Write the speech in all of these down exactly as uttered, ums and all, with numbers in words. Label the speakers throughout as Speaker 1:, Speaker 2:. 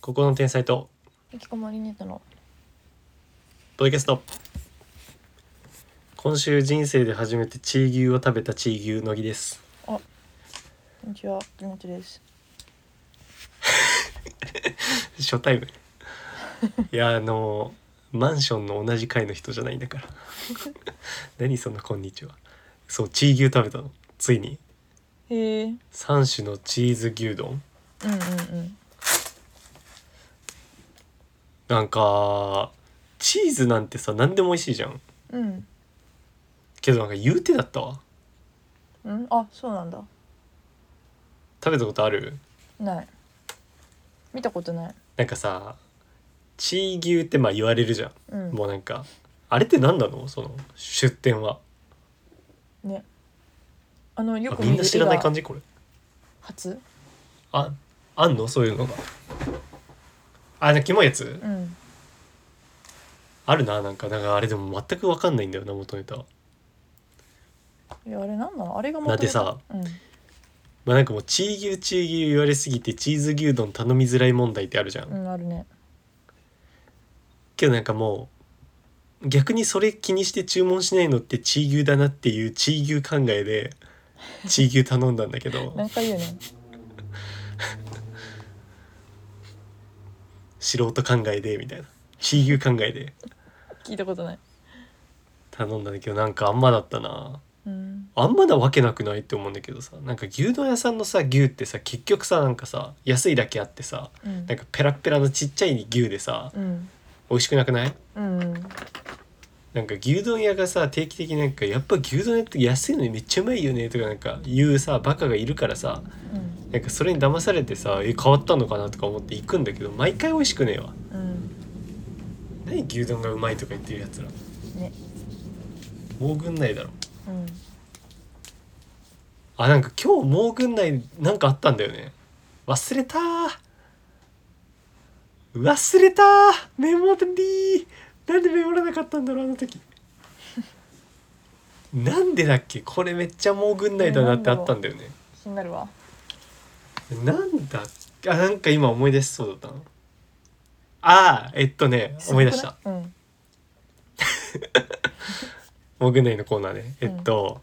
Speaker 1: ここの天才と
Speaker 2: 引きこもりネットの
Speaker 1: ポッドキャスト。今週人生で初めてチー牛を食べたチー牛のぎです。
Speaker 2: こんにちは、木本です。
Speaker 1: 初対面いやあのマンションの同じ階の人じゃないんだから何そんなこんにちは。そうチー牛食べたのついに。
Speaker 2: へえ。うん
Speaker 1: さん種のチーズ牛丼。
Speaker 2: うんうん。
Speaker 1: なんかチーズなんてさ何でも美味しいじゃん。
Speaker 2: うん
Speaker 1: けどなんか言うてだったわ。
Speaker 2: うん。あ、そうなんだ。
Speaker 1: 食べたことある？
Speaker 2: ない。見たことない。
Speaker 1: なんかさチー牛ってまあ言われるじゃん、
Speaker 2: うん。
Speaker 1: もうなんかあれって何なのその出典は。
Speaker 2: ね。あのよ
Speaker 1: あ
Speaker 2: く見る絵
Speaker 1: みんな知らない
Speaker 2: が
Speaker 1: 感じこれ。
Speaker 2: 初？
Speaker 1: ああんのそういうのが。あなんかキモいやつ
Speaker 2: うん。
Speaker 1: あるな。なんかなんかあれでも全く分かんないんだよな元ネタ。
Speaker 2: いやあれなんなの？あれが元ネタ。
Speaker 1: だってさ
Speaker 2: うん。
Speaker 1: まあなんかもうチー牛チー牛言われすぎてチーズ牛丼頼みづらい問題ってあるじゃん、
Speaker 2: うん、あるね。
Speaker 1: けどなんかもう逆にそれ気にして注文しないのってチー牛だなっていうチー牛考えでチー牛頼んだんだけど
Speaker 2: 何回言うね。
Speaker 1: 素人考えでみたいなチー牛考えで
Speaker 2: 聞いたことない。
Speaker 1: 頼んだんだけどなんかあんまだったな。
Speaker 2: うん。
Speaker 1: あんまなわけなくないって思うんだけどさ、なんか牛丼屋さんのさ牛ってさ結局さなんかさ安いだけあってさ、
Speaker 2: うん
Speaker 1: なんかペラッペラのちっちゃい牛でさ
Speaker 2: うん
Speaker 1: 美味しくなくない？
Speaker 2: うんうん。
Speaker 1: なんか牛丼屋がさ定期的になんかやっぱ牛丼屋って安いのにめっちゃうまいよねとかなんか言うさバカがいるからさ、なんかそれに騙されてさえ変わったのかなとか思って行くんだけど毎回美味しくねえわ。
Speaker 2: うん
Speaker 1: 何牛丼がうまいとか言ってるやつら
Speaker 2: ね。
Speaker 1: もうぐんないだろ。
Speaker 2: うん
Speaker 1: あなんか今日もうぐんないなんかあったんだよね。忘れたー忘れたーメモリー。なんでメモらなかったんだろうあの時なんでだっけこれめっちゃもうぐんないだなってあったんだよね。
Speaker 2: 気になるわ。
Speaker 1: なんだあなんか今思い出しそうだったの。あーえっとね思い出した。
Speaker 2: うん。
Speaker 1: もうぐんないのコーナーね。えっと、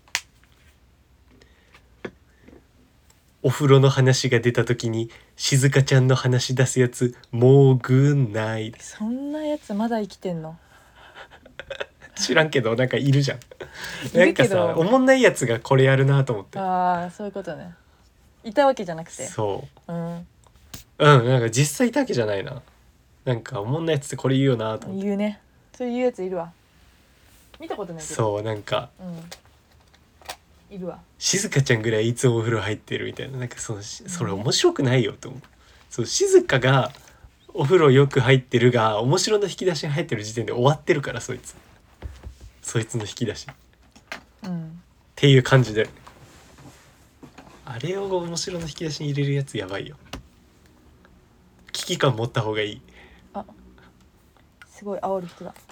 Speaker 1: うん、お風呂の話が出た時に静香ちゃんの話出すやつもうぐんないです。
Speaker 2: そんなやつまだ生きてんの？
Speaker 1: 知らんけどなんかいるじゃん。
Speaker 2: い
Speaker 1: なんか
Speaker 2: るけど
Speaker 1: さおもんないやつがこれやるなと思って。
Speaker 2: ああ、そういうことね。いたわけじゃなくて。
Speaker 1: そ
Speaker 2: うん。
Speaker 1: ううんなんか実際いたわけじゃないな。なんかおもんないやつってこれ言うよなと思って。
Speaker 2: 言うね。そういうやついるわ。見たことないけど。
Speaker 1: そうなんか
Speaker 2: うん。いるわ。
Speaker 1: 静香ちゃんぐらいいつもお風呂入ってるみたいななんかそのそれ
Speaker 2: ね
Speaker 1: 面白くないよと思う。そう静香がお風呂よく入ってるが面白の引き出しに入ってる時点で終わってるからそいつそいつの引き出しっ
Speaker 2: うん
Speaker 1: ていう感じであれを面白の引き出しに入れるやつやばいよ。危機感持った方がいい。
Speaker 2: あ、すごい煽る人だ。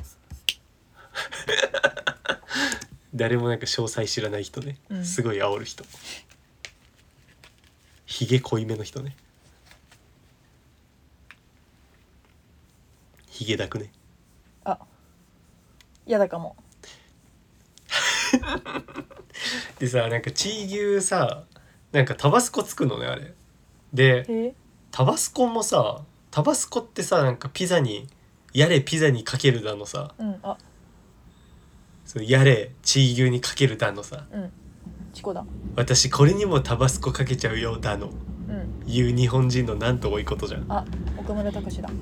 Speaker 1: 誰もなんか詳細知らない人ね、
Speaker 2: うん、
Speaker 1: すごい煽る人ひげ濃いめの人ね。ひげだくね。
Speaker 2: あ、やだかも。
Speaker 1: でさなんかチー牛さなんかタバスコつくのねあれで。
Speaker 2: え
Speaker 1: タバスコもさタバスコってさなんかピザにやれピザにかけるだのさ、
Speaker 2: うん、あ、
Speaker 1: そのやれチー牛にかけるだのさ、
Speaker 2: うん、チコだ。
Speaker 1: 私これにもタバスコかけちゃうよだの、
Speaker 2: うん、
Speaker 1: 言う日本人のなんと多いことじゃん。
Speaker 2: あ、岡村隆史だ。うん。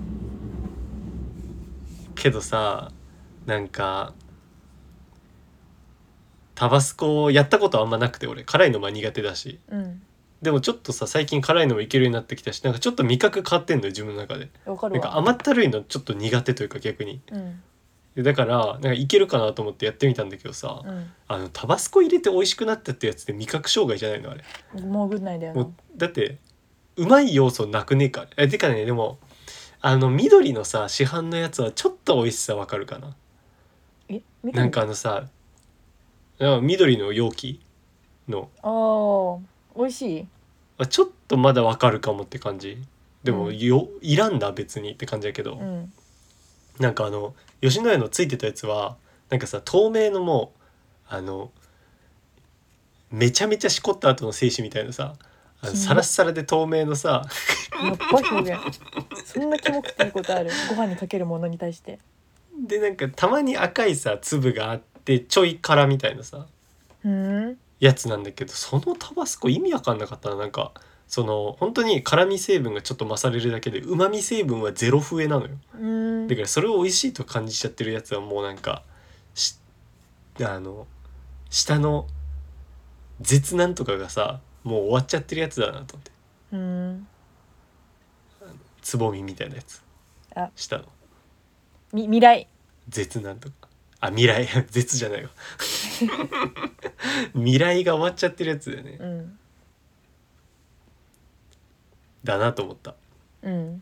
Speaker 1: けどさなんかタバスコやったことあんまなくて俺辛いのまあ苦手だし、
Speaker 2: うん、
Speaker 1: でもちょっとさ最近辛いのもいけるようになってきたしなんかちょっと味覚変わってんのよ自分の中で。
Speaker 2: わかるわ。
Speaker 1: なんか甘ったるいのちょっと苦手というか逆に、
Speaker 2: うん、
Speaker 1: でだからなんかいけるかなと思ってやってみたんだけどさ、
Speaker 2: うん、
Speaker 1: あのタバスコ入れて美味しくなったってやつって味覚障害じゃないのあれ。
Speaker 2: もうぐんないだよな。
Speaker 1: もうだってうまい要素なくねえから。えてかねでもあの緑のさ市販のやつはちょっと美味しさわかるかな。
Speaker 2: え、見
Speaker 1: なんかあのさ緑の容器の
Speaker 2: ああ、美味しい。
Speaker 1: あちょっとまだわかるかもって感じ。 でもよ、いらんな別にって感じだけど、
Speaker 2: うん
Speaker 1: なんかあの吉野家のついてたやつはなんかさ透明のもうあのめちゃめちゃしこった後の精子みたいなさあの
Speaker 2: キモ
Speaker 1: サラッサラで透明のさ
Speaker 2: やっば表現そんなキモくていいことある？ご飯にかけるものに対して。
Speaker 1: でなんかたまに赤いさ粒があってちょい辛みたいなさ
Speaker 2: うん
Speaker 1: やつなんだけど、そのタバスコ意味わかんなかったな。なんかその本当に辛み成分がちょっと勝れるだけで旨味成分はゼロ増えなのよ。
Speaker 2: うん
Speaker 1: だからそれを美味しいと感じちゃってるやつはもうなんかしあの下の絶なんとかがさもう終わっちゃってるやつだなと思って、
Speaker 2: うん
Speaker 1: つぼみみたいなやつ
Speaker 2: あ
Speaker 1: 下の
Speaker 2: み未来
Speaker 1: 絶なんとかあ未来絶じゃないわ未来が終わっちゃってるやつだよね、
Speaker 2: うん
Speaker 1: だなと思った。
Speaker 2: うん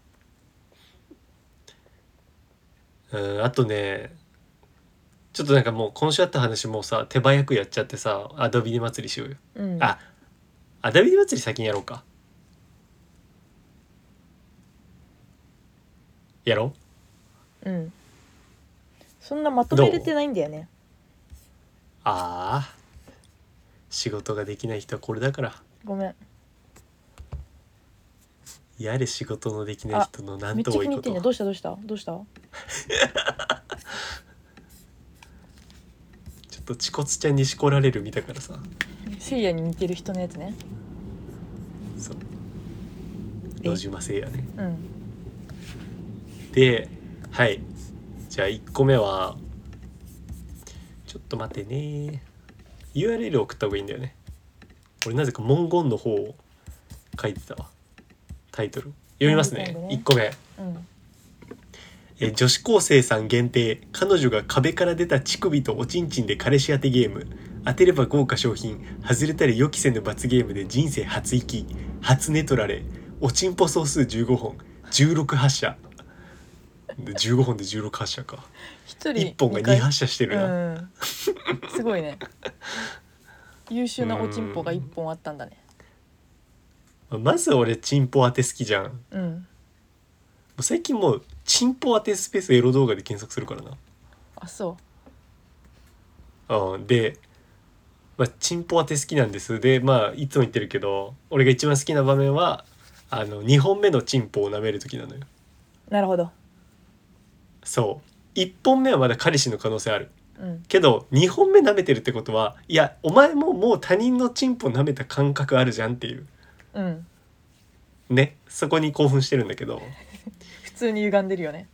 Speaker 1: うんあとねちょっとなんかもう今週あった話もうさ手早くやっちゃってさアドビで祭りしようよ。
Speaker 2: うん
Speaker 1: あアドビで祭り先にやろうか。やろ
Speaker 2: うんそんなまとめれてないんだよね。
Speaker 1: ああ仕事ができない人はこれだから。
Speaker 2: ごめん。
Speaker 1: やれ仕事のできない人のな
Speaker 2: めっちゃ
Speaker 1: んと多いこと。
Speaker 2: 気に入ってんじゃん。どうしたどうしたどうした？
Speaker 1: ちょっとチコツちゃんにしこられる見たからさ。
Speaker 2: せいやに似てる人のやつね。
Speaker 1: そう
Speaker 2: え
Speaker 1: 野島聖也ね。
Speaker 2: うん
Speaker 1: ではいじゃあいっこめはちょっと待ってね ユーアールエル 送った方がいいんだよね。俺なぜか文言の方を書いてたわ。タイトル読みますね。
Speaker 2: 文言ね
Speaker 1: いっこめ
Speaker 2: うん
Speaker 1: え女子高生さん限定彼女が壁から出た乳首とおちんちんで彼氏当てゲーム。当てれば豪華賞品、外れたり予期せぬ罰ゲームで人生初行き初寝取られ、おちんぽ総数じゅうごほんじゅうろく発射でじゅうごほんでじゅうろく発射か。
Speaker 2: 一人
Speaker 1: いっぽんがに発射してるな、
Speaker 2: うんすごいね。優秀なおちんぽがいっぽんあったんだね。
Speaker 1: まず俺チンポ当て好きじゃん。も
Speaker 2: うん
Speaker 1: う最近もうチンポ当てスペースエロ動画で検索するからな。
Speaker 2: あそ
Speaker 1: うんでまあ、チンポ当て好きなんです。でまあいつも言ってるけど俺が一番好きな場面はあのにほんめのチンポを舐める時なのよ。
Speaker 2: う。なるほど。
Speaker 1: そういっぽんめはまだ彼氏の可能性ある
Speaker 2: うん
Speaker 1: けどにほんめ舐めてるってことはいやお前ももう他人のチンポ舐めた感覚あるじゃんっていう
Speaker 2: うん
Speaker 1: ね、そこに興奮してるんだけど
Speaker 2: 普通に歪んでるよね。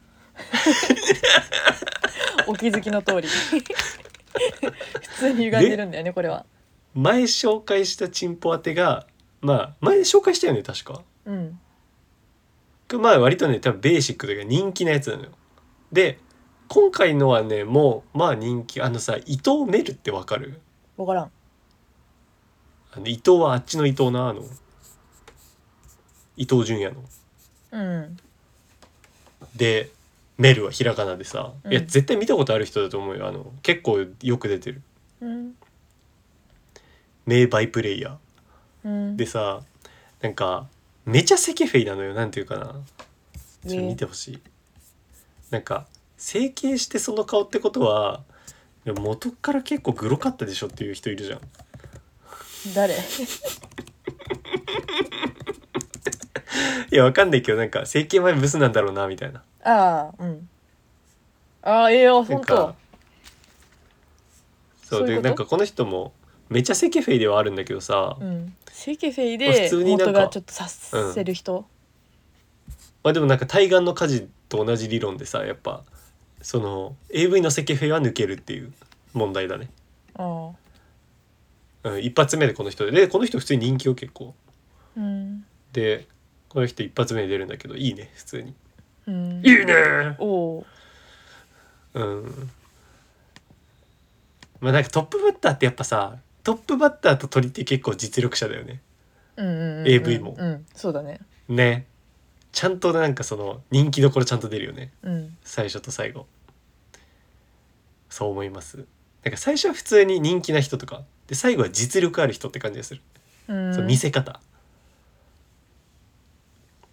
Speaker 2: お気づきの通り。普通に歪んでるんだよねこれは。
Speaker 1: 前紹介したチンポ当てがまあ前紹介したよね確か。
Speaker 2: うん
Speaker 1: まあ割とね多分ベーシックというか人気なやつなのよ。で今回のはねもうまあ人気あのさ伊藤メルってわかる？
Speaker 2: 分からん。
Speaker 1: あの伊藤はあっちの伊藤なあの伊藤純也の
Speaker 2: うん
Speaker 1: でメルはひらがなでさ、
Speaker 2: うん
Speaker 1: いや絶対見たことある人だと思うよ。あの結構よく出てる
Speaker 2: うん
Speaker 1: 名バイプレイヤ
Speaker 2: うん
Speaker 1: ーでさなんかめちゃセケフェイなのよ。なんていうかなちょっと見てほしい。なんか整形してその顔ってことはでも元から結構グロかったでしょっていう人いるじゃん。
Speaker 2: 誰？
Speaker 1: いやわかんないけどなんか整形前ブスなんだろうなみたいな。
Speaker 2: ああうんああええよ
Speaker 1: なん
Speaker 2: 本当。
Speaker 1: かそう
Speaker 2: そういうこと
Speaker 1: でなんかこの人もめちゃセケフェイではあるんだけどさ、
Speaker 2: うんセケフェイ
Speaker 1: まあ
Speaker 2: で
Speaker 1: 普通になんか
Speaker 2: 元がちょっと察せる人。
Speaker 1: まあでもなんか対岸の火事と同じ理論でさやっぱその エーブイ のセケフェイは抜けるっていう問題だね。
Speaker 2: ああ
Speaker 1: うん、一発目でこの人ででこの人普通に人気を結構
Speaker 2: うん
Speaker 1: でこの人一発目で出るんだけどいいね普通に
Speaker 2: うん
Speaker 1: いいね
Speaker 2: おお
Speaker 1: うんまあなんかトップバッターってやっぱさトップバッターと鳥って結構実力者だよね。
Speaker 2: うんうんうんうん
Speaker 1: エーブイ も
Speaker 2: うんそうだね
Speaker 1: ねちゃんとなんかその人気どころちゃんと出るよね
Speaker 2: うん
Speaker 1: 最初と最後。そう思います。なんか最初は普通に人気な人とかで最後は実力ある人って感じがする、
Speaker 2: うん
Speaker 1: そう見せ方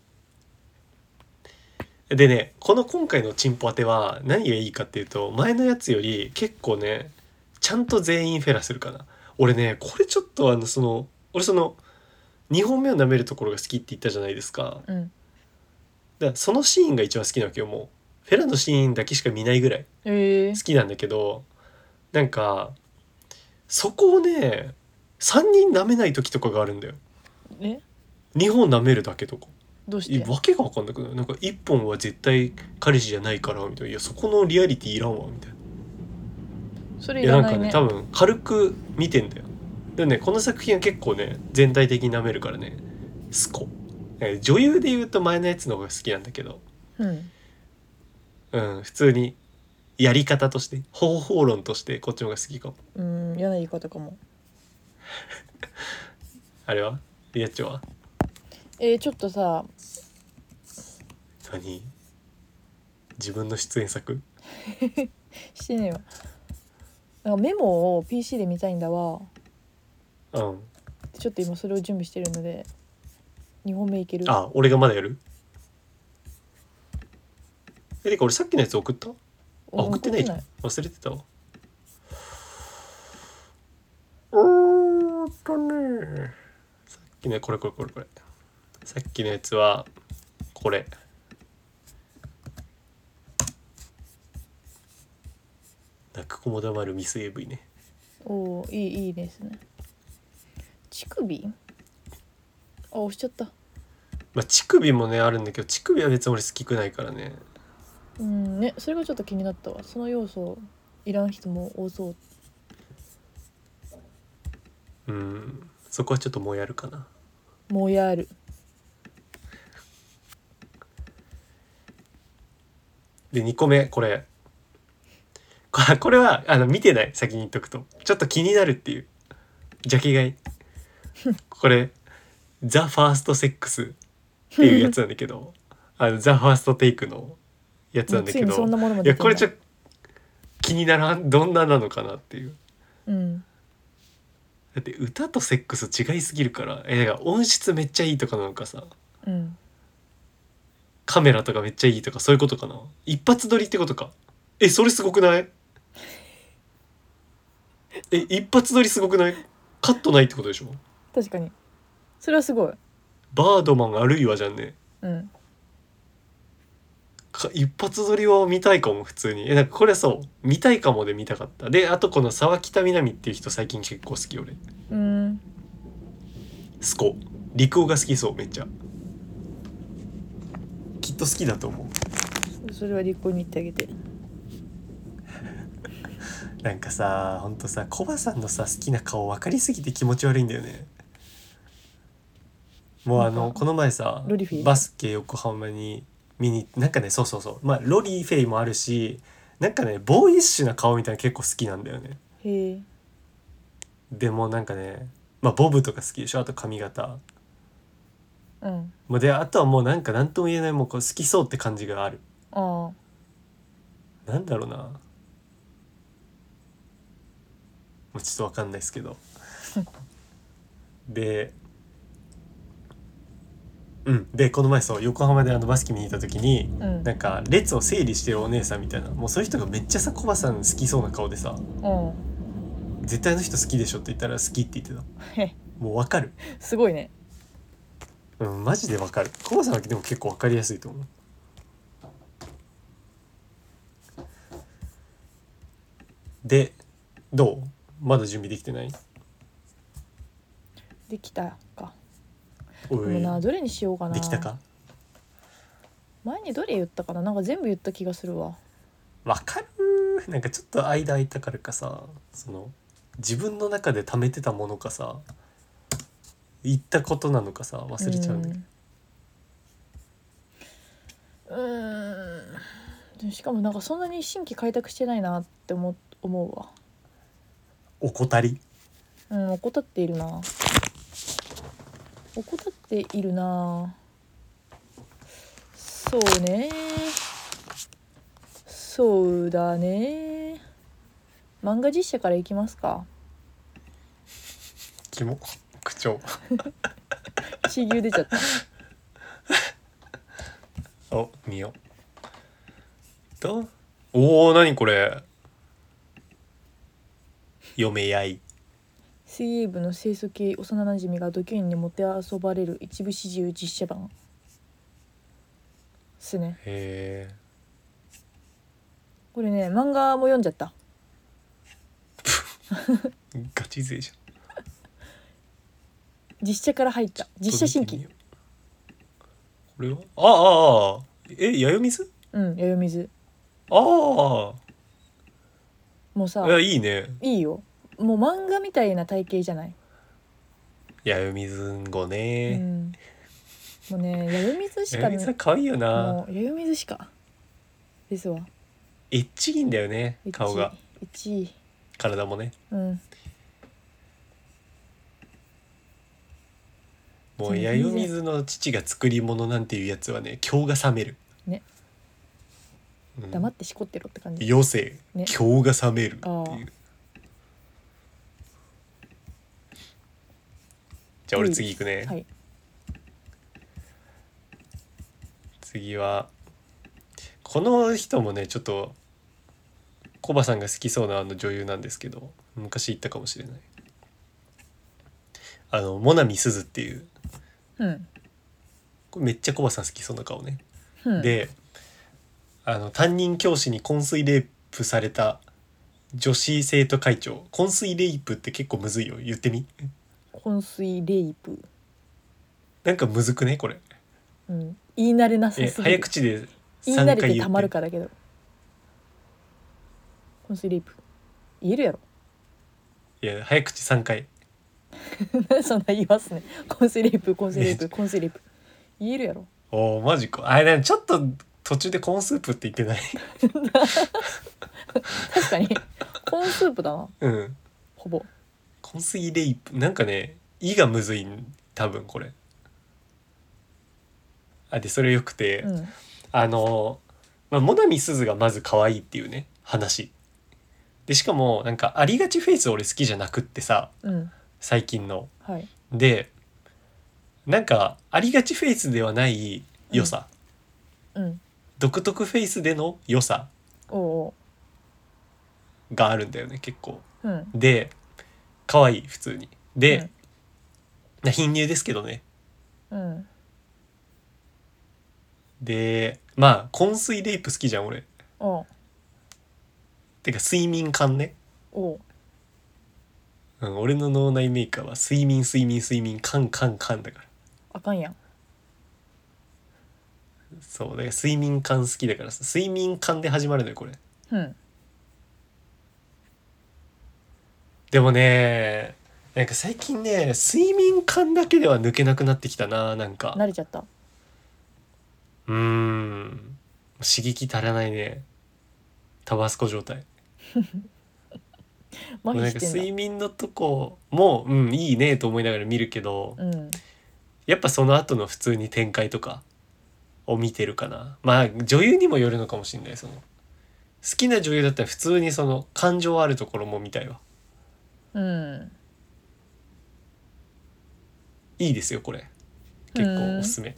Speaker 1: でねこの今回のチンポ当ては何がいいかっていうと前のやつより結構ねちゃんと全員フェラするかな。俺ねこれちょっとあのその俺そのにほんめを舐めるところが好きって言ったじゃないですか。
Speaker 2: うん。
Speaker 1: だからそのシーンが一番好きなわけよ。もうフェラのシーンだけしか見ないぐらい
Speaker 2: えー、
Speaker 1: 好きなんだけど、なんかそこをねさんにん舐めない時とかがあるんだよ。
Speaker 2: え
Speaker 1: にほん舐めるだけとか
Speaker 2: どうして？
Speaker 1: わけが分かんなくない？なんかいっぽんは絶対彼氏じゃないからみたいな、いやそこのリアリティいらんわみたいな。
Speaker 2: それ
Speaker 1: いやなん
Speaker 2: いらないね。
Speaker 1: かね多分軽く見てんだよ。でもねこの作品は結構ね全体的に舐めるからねスコ。女優で言うと前のやつの方が好きなんだけど、
Speaker 2: うん
Speaker 1: うん普通にやり方として方法論としてこっちの方が好きかも。
Speaker 2: うん嫌な言い方かも。
Speaker 1: あれはリアッチョは
Speaker 2: えー、ちょっとさ
Speaker 1: 何自分の出演作
Speaker 2: してねえわ。なんかメモを ピーシー で見たいんだわ。
Speaker 1: うん
Speaker 2: ちょっと今それを準備してるのでにほんめいける？
Speaker 1: あ俺がまだやる。えてか俺さっきのやつ送った？あ送ってないじゃん忘れてたわ。うーんとねさっきねこれこれこれこれさっきのやつはこれ泣く子も黙るミス エーブイ ね。
Speaker 2: おーいいいいですね。乳首あ押しちゃった。
Speaker 1: まあ乳首もねあるんだけど乳首は別に俺好きくないからね。
Speaker 2: うんねそれがちょっと気になったわ。その要素いらん人も多そう。
Speaker 1: うんそこはちょっともうやるかな。
Speaker 2: もうやる。
Speaker 1: でにこめこれこれこれはあの見てない先に言っとくとちょっと気になるっていうジャケ買いこれザ・ファーストセックスっていうやつなんだけどあのザ・ファーストテイクのやつなんだけ
Speaker 2: もうついにそ
Speaker 1: ど
Speaker 2: んなものも
Speaker 1: い
Speaker 2: 出てんだ。
Speaker 1: やこれちょっと気にならんどんななのかなっていう。
Speaker 2: うん
Speaker 1: だって歌とセックス違いすぎるからえだから音質めっちゃいいとかなのかさ
Speaker 2: うん
Speaker 1: カメラとかめっちゃいいとかそういうことかな。一発撮りってことか。えそれすごくない？え一発撮りすごくない？カットないってことでしょ。
Speaker 2: 確かにそれはすごい。
Speaker 1: バードマンあるいはじゃんね。
Speaker 2: うん
Speaker 1: か一発撮りは見たいかも普通に。えなんかこれそう見たいかもで見たかった。であとこの沢北みなみっていう人最近結構好き俺。
Speaker 2: うん
Speaker 1: スコ陸王が好きそうめっちゃ。きっと好きだと思う。
Speaker 2: それは立候に言ってあげて。
Speaker 1: なんかさほんとさコバさんのさ好きな顔分かりすぎて気持ち悪いんだよね。もうあ
Speaker 2: なんか
Speaker 1: のこの前さ
Speaker 2: ロリフィー
Speaker 1: バスケ横浜に見になんかねそうそうそうまあロリーフェイもあるしなんかねボーイッシュな顔みたいな結構好きなんだよね。
Speaker 2: へえ
Speaker 1: でもなんかねまあボブとか好きでしょ。あと髪型
Speaker 2: うん
Speaker 1: もうであとはもうなんか何とも言えないもうこう好きそうって感じがある。
Speaker 2: ああ
Speaker 1: なんだろうなもうちょっと分かんないですけどでうんでこの前そう横浜であのバスケ見に行った時に、
Speaker 2: うん、
Speaker 1: なんか列を整理してるお姉さんみたいなもうそういう人がめっちゃさコバさん好きそうな顔でさ
Speaker 2: うん
Speaker 1: 絶対あの人好きでしょって言ったら好きって言ってた。
Speaker 2: へ
Speaker 1: もう分かる。
Speaker 2: すごいね。
Speaker 1: うんマジで分かる。コバさんはでも結構分かりやすいと思う。でどうまだ準備できてない？
Speaker 2: できたか。
Speaker 1: お
Speaker 2: でも
Speaker 1: い
Speaker 2: などれにしようかな。
Speaker 1: できたか？
Speaker 2: 前にどれ言ったかな。なんか全部言った気がするわ。
Speaker 1: 分かる。なんかちょっと間空いたからかさその自分の中で貯めてたものかさ言ったことなのかさ忘れちゃうんだけど。
Speaker 2: うーんでもしかもなんかそんなに新規開拓してないなって思思うわ。
Speaker 1: 怠り。
Speaker 2: うん怠っているな。怠っているな。そうねそうだね。漫画実写からいきますか。
Speaker 1: キモ口調
Speaker 2: ちぎゅう出ちゃった。
Speaker 1: お見よとおお何これ嫁やい
Speaker 2: 水泳部の清楚系幼なじみがドキュインにもてあそばれる一部始終実写版ですね。
Speaker 1: へえ
Speaker 2: これね漫画も読んじゃった。
Speaker 1: ガチ勢じゃん。
Speaker 2: 実写から入った実写新規。
Speaker 1: これはああああえ弥生水
Speaker 2: うん弥生水。
Speaker 1: ああ
Speaker 2: もうさ
Speaker 1: いやいいね
Speaker 2: いいよ。もう漫画みたいな体型じゃない。
Speaker 1: 弥生水んご
Speaker 2: う
Speaker 1: ね、
Speaker 2: んもうね弥生水しか
Speaker 1: 弥生水は可愛いよな。
Speaker 2: もう弥生水しかですわ。
Speaker 1: エッチいんだよね顔が
Speaker 2: いちい
Speaker 1: 体もね。
Speaker 2: うん
Speaker 1: もう弥生水の父が作り物なんていうやつはね今日が冷める
Speaker 2: ね、
Speaker 1: うん、
Speaker 2: 黙ってしこってろって感じ。
Speaker 1: 余生、
Speaker 2: ね、
Speaker 1: 今日が冷めるっていう。じゃあ俺次行くね、
Speaker 2: はい、
Speaker 1: 次はこの人もねちょっとコバさんが好きそうなあの女優なんですけど昔言ったかもしれないあのモナミスズっていう、
Speaker 2: うん、
Speaker 1: これめっちゃコバさん好きそうな顔ね、
Speaker 2: うん、
Speaker 1: であの担任教師に昏睡レイプされた女子生徒会長。昏睡レイプって結構むずいよ言ってみ。
Speaker 2: 昏睡レイプ、
Speaker 1: なんかむずくねこれ。
Speaker 2: うん、言い慣れなさ
Speaker 1: え
Speaker 2: すぎる。
Speaker 1: 早口で
Speaker 2: 言い
Speaker 1: さんかい言って
Speaker 2: 慣れてたまるかだけど昏睡レイプ言えるやろ。
Speaker 1: いや早口さんかい
Speaker 2: そんな言いますね。昏睡レイプ昏睡レイプ昏睡レイプ言えるやろ。
Speaker 1: おーマジか。あれちょっと途中でコーンスープって言ってない
Speaker 2: 確かにコーンスープだな
Speaker 1: うん
Speaker 2: ほぼ。
Speaker 1: 昏睡レイプなんかね「い」がむずいん多分これ。あでそれよくて、
Speaker 2: うん
Speaker 1: あのまあモナミスズがまず可愛いっていうね話で、しかもなんかありがちフェイス俺好きじゃなくってさ
Speaker 2: うん
Speaker 1: 最近の
Speaker 2: はい
Speaker 1: でなんかありがちフェイスではない良さ、
Speaker 2: うん
Speaker 1: 独特フェイスでの良さ
Speaker 2: おお
Speaker 1: があるんだよね結構。
Speaker 2: ううん
Speaker 1: で可愛い普通にで、
Speaker 2: うん
Speaker 1: な貧乳ですけどね。
Speaker 2: うん
Speaker 1: でまあ昏睡レイプ好きじゃん俺。
Speaker 2: お
Speaker 1: てか睡眠感ね、
Speaker 2: お
Speaker 1: うん、俺の脳内メーカーは睡眠睡眠睡眠カンカンカンだから。
Speaker 2: あかんやん。
Speaker 1: そうだから睡眠感好きだからさ睡眠感で始まるのよこれ。
Speaker 2: うん
Speaker 1: でもねなんか最近ね睡眠感だけでは抜けなくなってきたななんか。
Speaker 2: 慣れちゃった。
Speaker 1: うーん刺激足らないねタバスコ状態。
Speaker 2: 麻
Speaker 1: なんか
Speaker 2: 痺してんだ。
Speaker 1: 睡眠のとこもうんいいねと思いながら見るけど、
Speaker 2: うん
Speaker 1: やっぱその後の普通に展開とかを見てるかな。まあ女優にもよるのかもしれない。その好きな女優だったら普通にその感情あるところも見たいわ。
Speaker 2: うん
Speaker 1: いいですよこれ結構おすすめ。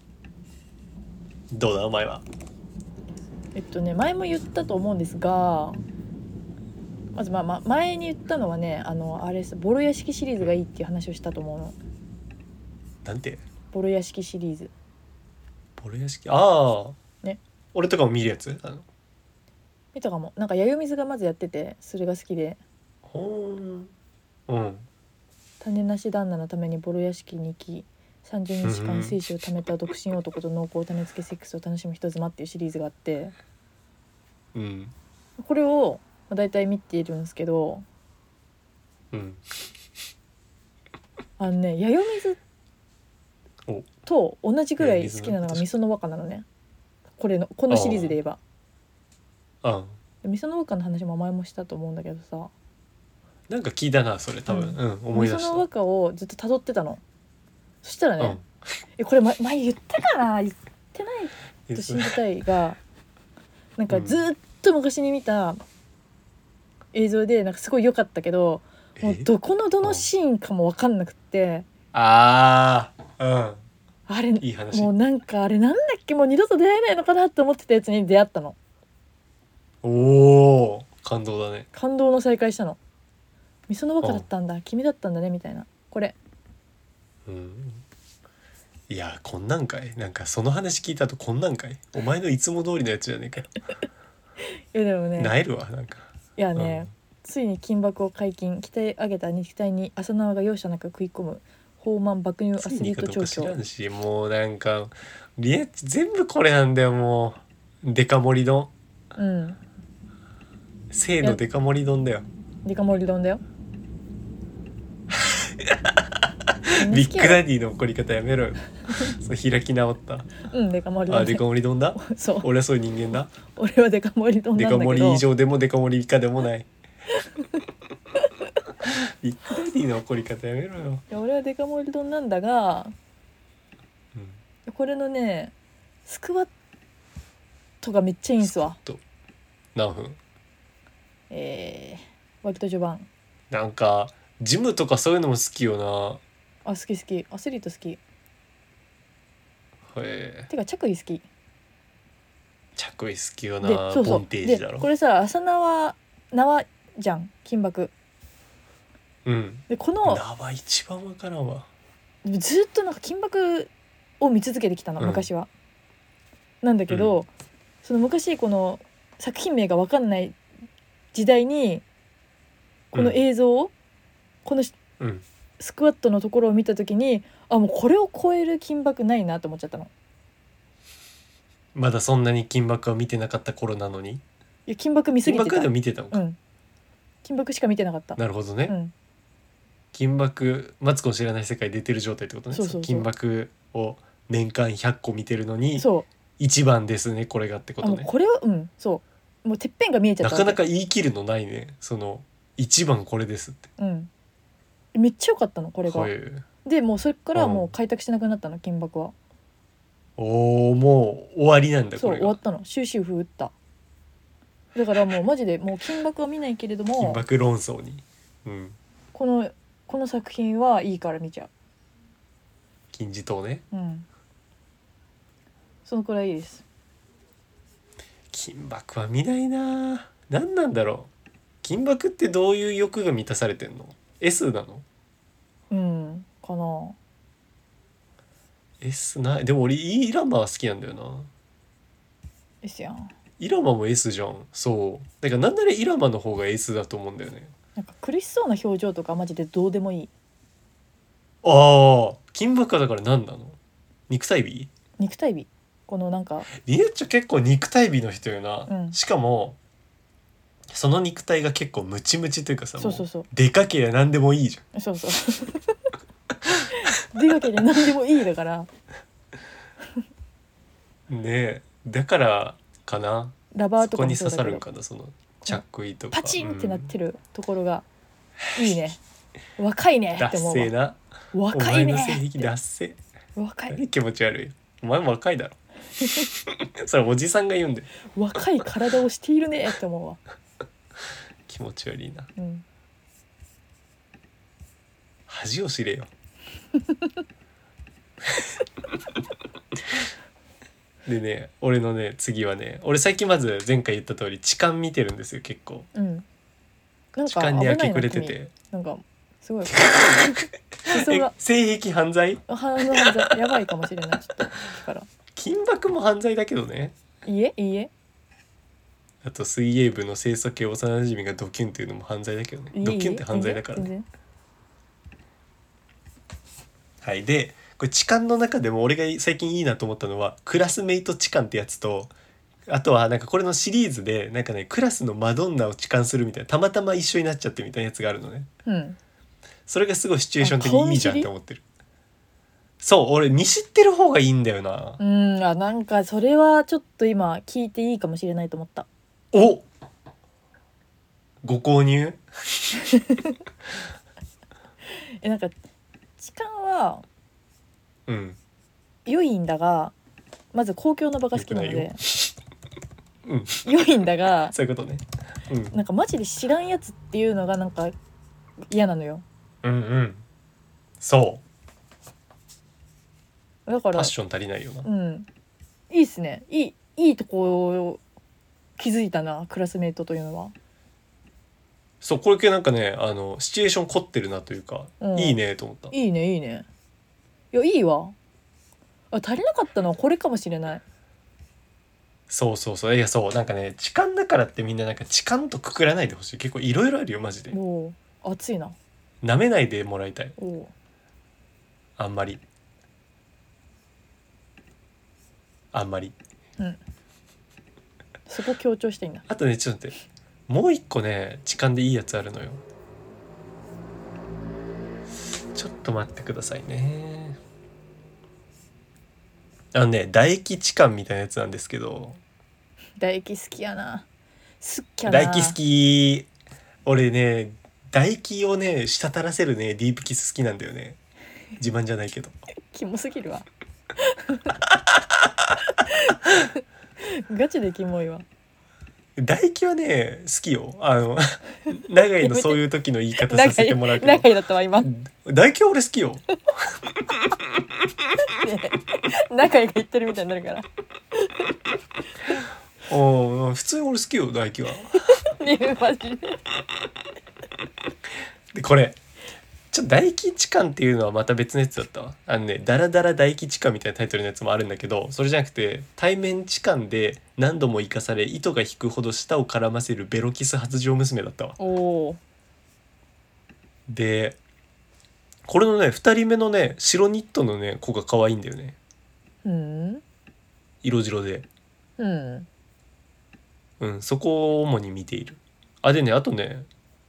Speaker 1: どうだお前は。
Speaker 2: えっとね前も言ったと思うんですが、まずまあまあ前に言ったのはねあのあれですボロ屋敷シリーズがいいっていう話をしたと思うの。
Speaker 1: なんて
Speaker 2: ボロ屋敷シリーズ
Speaker 1: ボロ屋敷ああ、
Speaker 2: ね、
Speaker 1: 俺とかも見るやつあの
Speaker 2: 見たかも。なんか弥生水がまずやっててそれが好きで、
Speaker 1: ほーんうん
Speaker 2: 種なし旦那のためにボロ屋敷に行きさんじゅうにちかん精子を貯めた独身男と濃厚種付けセックスを楽しむ人妻っていうシリーズがあって、
Speaker 1: うん
Speaker 2: これをだいたい見ているんですけど、
Speaker 1: うん
Speaker 2: あのね弥生水
Speaker 1: お
Speaker 2: と同じぐらい好きなのが味噌の和歌なのね。これのこのシリーズで言えば
Speaker 1: あ
Speaker 2: 味噌の和歌の話も前もしたと思うんだけどさ、
Speaker 1: なんか聞いたなそれ多分、
Speaker 2: うん
Speaker 1: うん、思い出した。
Speaker 2: 味噌の和歌をずっと辿ってたの。そしたらね、
Speaker 1: うん
Speaker 2: えこれ前前言ったかな言ってないと信じたいがなんかずっと昔に見た映像でなんかすごい良かったけど、もうどこのどのシーンかも分かんなくって、
Speaker 1: ああうん
Speaker 2: あれ
Speaker 1: いい話。
Speaker 2: もうなんかあれなんだっけもう二度と出会えないのかなって思ってたやつに出会ったの。
Speaker 1: おお感動だね。
Speaker 2: 感動の再会したの。みそのバカだったんだ、君だったんだねみたいな。これ
Speaker 1: うん、いやこんなんかい、なんかその話聞いたとこんなんかい、お前のいつも通りのやつじゃねえかよ。
Speaker 2: いやでもね
Speaker 1: なえるわなんか。
Speaker 2: いやね、ついに金箔を解禁、鍛え上げた肉体に朝縄が容赦なく食い込む豊満爆乳アスリート
Speaker 1: ついにかどうか知ら
Speaker 2: 調教。
Speaker 1: んし、もうなんかリエッチ全部これなんだよもう。デカ盛り丼、
Speaker 2: うん
Speaker 1: せーのデカ盛り丼だよ。
Speaker 2: デカ盛り丼だよ。
Speaker 1: ビッグダディの怒り方やめろよ。そう開き直った。
Speaker 2: うんデカ盛り丼
Speaker 1: あデカ盛り丼だ。
Speaker 2: そう
Speaker 1: 俺はそういう人間だ。
Speaker 2: 俺はデカ盛り丼
Speaker 1: デカ
Speaker 2: なんだけど、
Speaker 1: 盛り以上でもデカ盛り以下でもない。ビッグダディの怒り方やめろよ。
Speaker 2: いや俺はデカ盛り丼なんだが、
Speaker 1: うん、
Speaker 2: これのねスクワットがめっちゃいいんすわ。
Speaker 1: と何分？
Speaker 2: えー、割と序盤。
Speaker 1: なんかジムとかそういうのも好きよな。
Speaker 2: あ好き好き、アスリート好き。
Speaker 1: へえ。
Speaker 2: てか着衣好き
Speaker 1: 着衣好きよな。
Speaker 2: で、そうそう
Speaker 1: ボンテージだろ。
Speaker 2: でこれさ朝縄縄じゃん金箔
Speaker 1: うん。
Speaker 2: で、この
Speaker 1: 縄一番わからんわ。
Speaker 2: ずっとなんか金箔を見続けてきたの
Speaker 1: うん
Speaker 2: 昔は、なんだけど、
Speaker 1: うん
Speaker 2: その昔この作品名が分かんない時代にこの映像を、この
Speaker 1: うん。
Speaker 2: スクワットのところを見た時に、あもうこれを超える金箔ないなと思っちゃったの。
Speaker 1: まだそんなに金箔は見てなかった頃なのに。
Speaker 2: いや金箔見すぎてた。
Speaker 1: 金箔でも見てたのか。
Speaker 2: うん金箔しか見てなかった。
Speaker 1: なるほどね。
Speaker 2: うん
Speaker 1: 金箔マツコの知らない世界出てる状態ってことね。
Speaker 2: そうそうそう
Speaker 1: 金箔を年間ひゃっこ見てるのに
Speaker 2: そう
Speaker 1: 一番ですねこれがってこ
Speaker 2: あ
Speaker 1: とね。
Speaker 2: もうこれはうんそうもうてっぺんが見えちゃったわけ。
Speaker 1: なかなか言い切るのないね。その一番これですって。
Speaker 2: うんめっちゃ良かったのこれが。
Speaker 1: はい
Speaker 2: でもうそれからもう開拓しなくなったの金箔は。
Speaker 1: おおもう終わりなんだ
Speaker 2: そう
Speaker 1: これが。
Speaker 2: 終わったの終止符打った。だからもうマジでもう金箔は見ないけれども
Speaker 1: 金箔論争に。うん。
Speaker 2: このこの作品はいいから見ちゃ
Speaker 1: 金字塔ね。
Speaker 2: う。うんそのくらいいいです。
Speaker 1: 金箔は見ないな。何なんだろう。金箔ってどういう欲が満たされてんの？ S なの？
Speaker 2: うんかな。
Speaker 1: S ない。でも俺イラマは好きなんだよな。
Speaker 2: ですやん。
Speaker 1: イラマも S じゃん。そうだからなんならイラマの方が S だと思うんだよね。
Speaker 2: なんか苦しそうな表情とかマジでどうでもいい。
Speaker 1: ああ金箔はだから何なの？肉体美？
Speaker 2: 肉体美このなんか
Speaker 1: リエッチョ結構肉体美の人よな、
Speaker 2: うん、
Speaker 1: しかもその肉体が結構ムチムチというかさ、
Speaker 2: そうそうそう
Speaker 1: もうでかけりゃ何でもいいじゃん。
Speaker 2: そうそうでかけで何でもいいだから
Speaker 1: ねえだからかな。
Speaker 2: ラバー
Speaker 1: そこに
Speaker 2: とかもそう
Speaker 1: 刺さるん
Speaker 2: だけど
Speaker 1: かなその着衣とか
Speaker 2: パチンってなって
Speaker 1: る、
Speaker 2: るところがいいね。若いね
Speaker 1: うん、
Speaker 2: って思うわ。
Speaker 1: ダッセーな。お
Speaker 2: 若いね
Speaker 1: 前の性癖ダッセ
Speaker 2: 若い
Speaker 1: 何気持ち悪い。お前も若いだろそれおじさんが言うんだよ。
Speaker 2: 若い体をしているねって思うわ。
Speaker 1: 気持ち悪いな。
Speaker 2: うん
Speaker 1: 恥を知れよでね俺のね次はね俺最近まず前回言った通り痴漢見てるんですよ結構。
Speaker 2: うんなん
Speaker 1: 痴
Speaker 2: か危ないな
Speaker 1: 漢に明け暮れて
Speaker 2: 君
Speaker 1: て
Speaker 2: なんかすごい裾
Speaker 1: え
Speaker 2: が
Speaker 1: 性癖犯罪？
Speaker 2: あ犯罪やばいかもしれないちょっとから
Speaker 1: 金箔も犯罪だけどね。
Speaker 2: いいえいいえ
Speaker 1: あと水泳部の清楚系幼馴染がドキュンっていうのも犯罪だけどね。
Speaker 2: いいえ
Speaker 1: ドキュンって犯罪だからね。
Speaker 2: 全然
Speaker 1: はいでこれ痴漢の中でも俺が最近いいなと思ったのはクラスメイト痴漢ってやつと、あとはなんかこれのシリーズでなんかねクラスのマドンナを痴漢するみたいなたまたま一緒になっちゃってみたいなやつがあるのね。
Speaker 2: うん
Speaker 1: それがすごいシチュエーション的にいいじゃんって思ってる。そう俺見知ってる方がいいんだよな。
Speaker 2: うんあなんかそれはちょっと今聞いていいかもしれないと思った。
Speaker 1: おご購入
Speaker 2: えなんか痴漢は
Speaker 1: うん
Speaker 2: 良いんだがまず公共の場が好きなので
Speaker 1: うん
Speaker 2: 良いんだが
Speaker 1: そういうことね。うん
Speaker 2: なんかマジで知らんやつっていうのがなんか嫌なのよ。
Speaker 1: うんうんそう
Speaker 2: だから
Speaker 1: ファッション足りないよな。
Speaker 2: うんいいっすねいいいいとこ気づいたな、クラスメートというのは。
Speaker 1: そうこれ系なんかねあのシチュエーション凝ってるなというか、
Speaker 2: うん、
Speaker 1: いいねと思った。
Speaker 2: いいねいいね。いやいいわ。あ、足りなかったのはこれかもしれない。
Speaker 1: そうそうそういやそうなんかね痴漢だからってみんななんか痴漢とくくらないでほしい。結構いろいろあるよマジで。
Speaker 2: もう熱いな。
Speaker 1: 舐めないでもらいたい。
Speaker 2: おう、
Speaker 1: あんまりあんまり
Speaker 2: うん、そこ強調してんだ。
Speaker 1: あとねちょっと待って、もう一個ね痴漢でいいやつあるのよ。ちょっと待ってくださいね。あのね唾液痴漢みたいなやつなんですけど、
Speaker 2: 唾液好きやな。すっきゃな。
Speaker 1: 唾液好き。俺ね唾液をね滴らせるねディープキス好きなんだよね。自慢じゃないけど。
Speaker 2: キモすぎるわ。ガチでキモいわ。
Speaker 1: 唾液はね好きよ。あの長井のそういう時の言い方させてもらうけど
Speaker 2: 長いだったわ今。ね、
Speaker 1: 唾液は俺好きよ。
Speaker 2: 長いが言ってるみたいになるから。
Speaker 1: お普通に俺好きよ唾液は。
Speaker 2: ねえマジで。
Speaker 1: でこれちょっと大気痴漢っていうのはまた別のやつだったわ。あのねダラダラ大気痴漢みたいなタイトルのやつもあるんだけど、それじゃなくて対面痴漢で何度も生かされ糸が引くほど舌を絡ませるベロキス発情娘だったわ。
Speaker 2: おお。
Speaker 1: でこれのねふたりめのね白ニットのね子が可愛いんだよね。
Speaker 2: うん。
Speaker 1: 色白で。
Speaker 2: うん。
Speaker 1: うん、そこを主に見ている。あでねあとね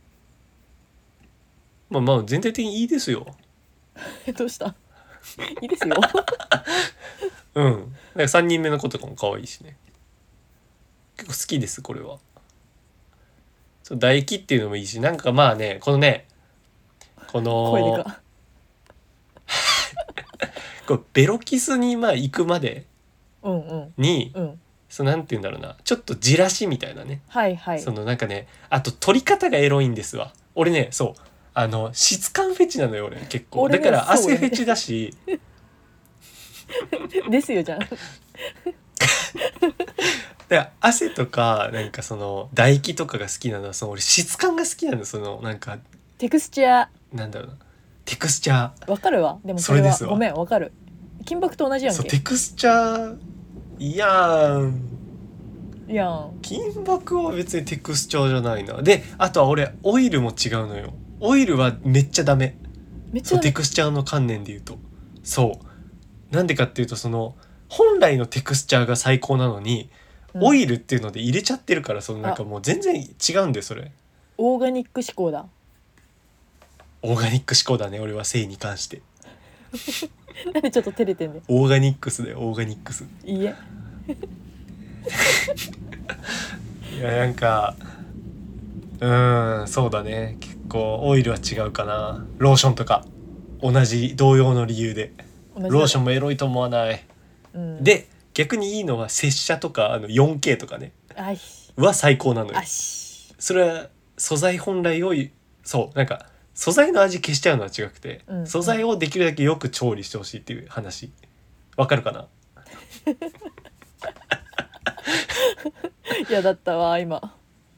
Speaker 1: まあまあ全体的にいいですよ。
Speaker 2: どうした？いいですよ。
Speaker 1: うん。なんかさんにんめの子とかも可愛いしね。結構好きですこれは。そう唾液っていうのもいいし、なんかまあねこのねこの
Speaker 2: 声でか。
Speaker 1: こうベロキスにまあ行くまで
Speaker 2: うんうん
Speaker 1: に、
Speaker 2: うん。
Speaker 1: そうなんて言うんだろうな、ちょっとじらしみたいなね、
Speaker 2: はいはい。
Speaker 1: そのなんかねあと取り方がエロいんですわ。俺ねそうあの質感フェチなのよ俺結構。
Speaker 2: 俺ね
Speaker 1: だから
Speaker 2: そうよね
Speaker 1: 汗フェチだし
Speaker 2: ですよじゃん。
Speaker 1: だから汗とかなんかその唾液とかが好きなのはその俺質感が好きなの。そのなんか
Speaker 2: テクスチャー。
Speaker 1: なんだろうなテクスチャー。
Speaker 2: わかるわ。でもそれは
Speaker 1: それですわ
Speaker 2: ごめんわかる。金箔と同じやん
Speaker 1: そう
Speaker 2: け。
Speaker 1: テクスチャーいやーん
Speaker 2: いやん。
Speaker 1: 金箔は別にテクスチャーじゃないな。であとは俺オイルも違うのよ。オイルはめっちゃダメ。
Speaker 2: めっちゃ
Speaker 1: そうテクスチャーの観念で言うとそうなんでかっていうとその本来のテクスチャーが最高なのに、
Speaker 2: うん、
Speaker 1: オイルっていうので入れちゃってるからそのなんかもう全然違うんだよそれ。
Speaker 2: オーガニック思考だ。
Speaker 1: オーガニック思考だね俺は性に関して。
Speaker 2: なんでちょっと照れてんねん。
Speaker 1: オーガニックスだよオーガニックス。
Speaker 2: いいえ。
Speaker 1: いやなんかうーんそうだね結構オイルは違うかな。ローションとか同じ同様の理由で
Speaker 2: 同じだね
Speaker 1: ローションもエロいと思わない、
Speaker 2: うん、
Speaker 1: で逆にいいのは拙者とかあの よんケー とかね
Speaker 2: あし
Speaker 1: は最高なのよ
Speaker 2: あ。し
Speaker 1: それは素材本来をそうなんか素材の味消しちゃうのは違くて、
Speaker 2: うん、
Speaker 1: 素材をできるだけよく調理してほしいっていう話わかるかな。
Speaker 2: いやだったわ今。